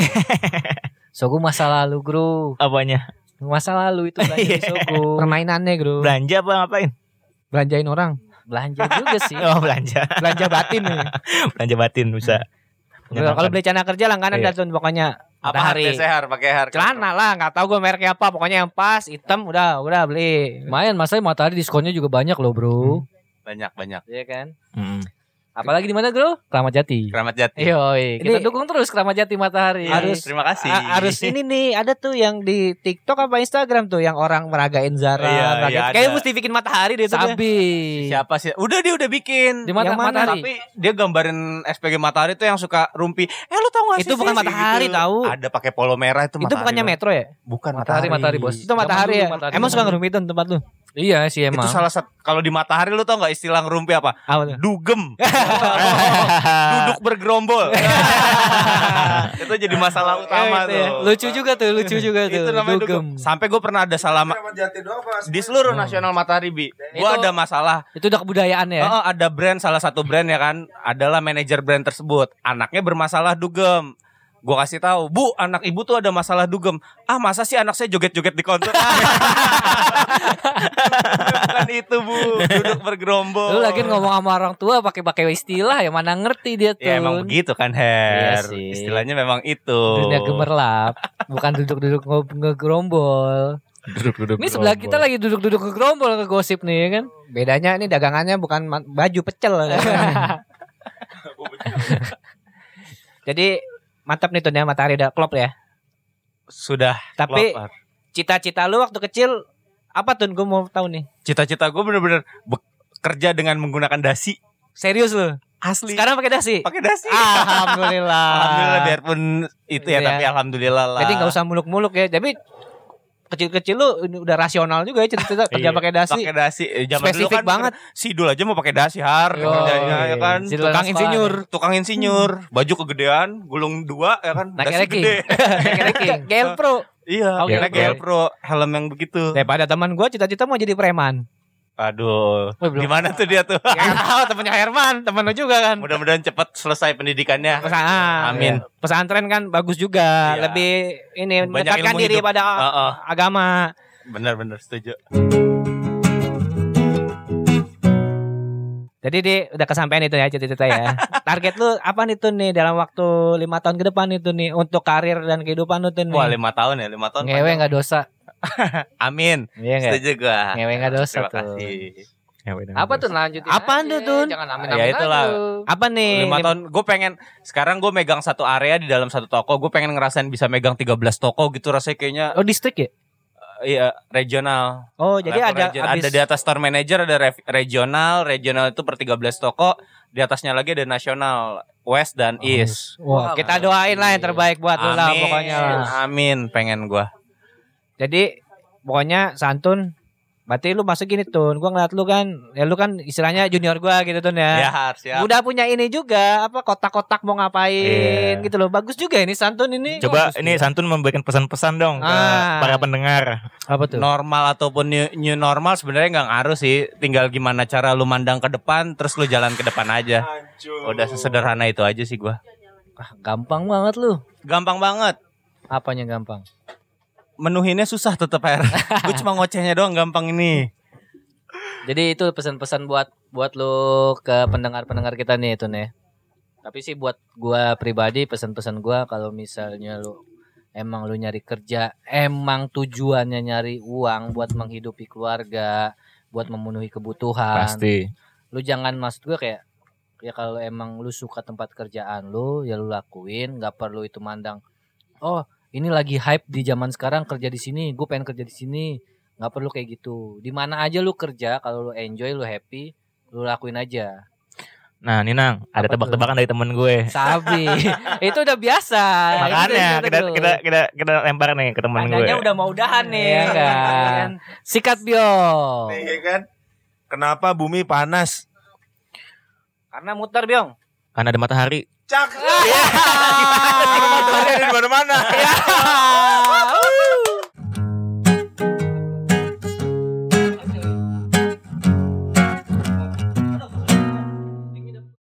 Sogo masa lalu, Bro. apanya? Masa lalu itu belanja di Sogo. Permainannya, Bro. Belanja apa ngapain? Belanjain orang. Belanja juga sih. Oh, belanja. Belanja batin nih. Belanja batin bisa. Gua kalau beli celana kerja langganan Iya. dah tuh pokoknya. Apa Matahari. harga Har pakai har? Celana lah, nggak tahu gue mereknya apa, pokoknya yang pas, hitam, udah, udah beli. Lumayan, masa matahari diskonnya juga banyak loh, Bro. Banyak banyak. Iya kan? Mm. Apalagi di mana, Bro? Kramat Jati. Keramat Jati. Yoi, kita Ini- dukung terus Kramat Jati Matahari. Harus- terima kasih. A- harus ini nih, ada tuh yang di TikTok apa Instagram tuh yang orang meragain Zara, Iya, meragain- iya, kayak ada. mesti bikin matahari deh tuh. Sabi. Siapa sih? Udah dia udah bikin. Di mata Yang mana? Matahari. Tapi dia gambarin S P G Matahari tuh yang suka rumpi. Eh lu tau gak sih? Itu bukan sih? Matahari, Gitu. tahu. Ada pakai polo merah itu Itu Matahari, bukannya Bang. Metro ya? Bukan Matahari, Matahari, Bos. Itu matahari ya? Zaman dulu Matahari. Emang suka ngerumitin tempat lu? Iya sih emang. Itu salah satu. Kalau di Matahari lu tau gak istilah ngerumpi apa? Apa tuh? Dugem. Duduk bergerombol. Itu jadi masalah utama itu ya. tuh. Lucu juga tuh, lucu juga tuh. Itu namanya Dugem. dugem. Sampai gue pernah ada salah ma- Keramat Jati doang apa? di seluruh nasional Matahari Bi. Gue Itu- ada masalah. Itu udah kebudayaan ya. Oh, ada brand salah satu brand ya kan adalah manajer brand tersebut. Anaknya bermasalah dugem. Gue kasih tahu, Bu, anak ibu tuh ada masalah dugem. Ah, masa sih anak saya joget-joget di konser? Bukan itu, Bu. Duduk bergerombol. Lu lagi ngomong sama orang tua pakai-pakai istilah ya mana ngerti dia tuh. Ya emang begitu kan, Her. Iya sih. Istilahnya memang itu. Dunia gemerlap, bukan duduk-duduk nge- ngegerombol. Duduk-duduk. Ini sebelah kita lagi duduk-duduk ngegerombol ngegosip nih ya kan. Bedanya ini dagangannya bukan ma- baju pecel. Jadi mantap nih tuh ya matahari udah klop ya. Sudah. Tapi keluar. cita-cita lu waktu kecil apa tuh? Gue mau tahu nih. Cita-cita gue bener-bener bekerja dengan menggunakan dasi. Serius lu? Asli. Sekarang pakai dasi? pakai dasi. Alhamdulillah. Alhamdulillah biarpun itu ya, Iya. tapi alhamdulillah lah. Jadi nggak usah muluk-muluk ya. Tapi kecil-kecil lu udah rasional juga ya cerita kerja pakai dasi. Pakai dasi. Eh, zaman dulu Spesifik kan banget. Sidul aja mau pakai dasi har Yo, kerjanya ya kan. si Tukang Lenas insinyur. Tukang insinyur, baju kegedean, gulung dua ya kan. Naik Dasi ranking. gede. Naik ranking. G L Pro. Iya, Oh, kira G L G L Pro, helm yang begitu. Daripada teman gue cita-cita mau jadi preman. Aduh, Wih, belum. gimana tuh dia tuh? Ya tahu temennya Herman, temen lu juga kan. Mudah-mudahan cepat selesai pendidikannya. Pesan- Amin. Pesantren kan bagus juga, Iya. lebih ini Banyak mendekatkan ilmu diri hidup. pada Heeh. agama. Benar-benar setuju. Jadi di udah kesampaian itu ya cita-cita ya. Target lu apa nih tuh nih dalam waktu lima tahun ke depan itu nih untuk karir dan kehidupan lu tuh nih. Wah, lima tahun ya, lima tahun. Ngewe panjang. nggak dosa. Amin. Iya nggak? Setuju gua. Ngewe nggak dosa Terima tuh. kasih. Apa tuh lanjutin? Apaan aja. tuh, Tun? Jangan amin Ya, amin itulah. Apa nih? Lima tahun gue pengen sekarang gue megang satu area di dalam satu toko, gue pengen ngerasain bisa megang tiga belas toko gitu rasanya kayaknya. Oh distrik ya? uh, iya regional. Oh jadi Level ada regional. habis ada di atas store manager ada re- regional, regional itu per tiga belas toko, di atasnya lagi ada nasional, west dan east. Wah, kita doain lah yang terbaik buat lu lah pokoknya. Amin, pengen gue. Jadi pokoknya santun. Berarti lu masuk gini Tun. Gua ngeliat lu kan, ya lu kan istilahnya junior gua gitu Tun Ya ya. harus ya. Udah punya ini juga apa kotak-kotak mau ngapain Iya. gitu loh. Bagus juga ini santun ini. Coba Bagus ini juga. Santun memberikan pesan-pesan dong ke Ah. para pendengar. apa tuh? Normal ataupun new, new normal sebenarnya nggak ngaruh sih. Tinggal gimana cara lu mandang ke depan, terus lu jalan ke depan aja. Udah sesederhana itu aja sih gua. Ah, gampang banget lu. Gampang banget. Apanya gampang? Menuhinnya susah tetep air. Gue cuma ngocehnya doang gampang ini. Jadi itu pesan-pesan buat buat lu ke pendengar-pendengar kita nih itu nih. Tapi sih buat gua pribadi pesan-pesan gua kalau misalnya lu emang lu nyari kerja, emang tujuannya nyari uang buat menghidupi keluarga, buat memenuhi kebutuhan. Pasti. Lu jangan maksud gua kayak ya kalau emang lu suka tempat kerjaan lu, ya lu lakuin, nggak perlu itu mandang. Oh, ini lagi hype di zaman sekarang kerja di sini, gue pengen kerja di sini. Nggak perlu kayak gitu. Di mana aja lu kerja, kalau lu enjoy, lu happy, lu lakuin aja. Nah, Ninang, ada Apa tebak-tebakan dari temen gue. Sabi, itu udah biasa. Makanya Itu kita dulu. kita kita kita lempar nih ke temen gue. Tanyanya udah mau udahan nih. Iya kan. Sikat bio. Iya kan? Kenapa bumi panas? Karena muter Biong. Karena ada matahari. Cak. Ada di mana-mana.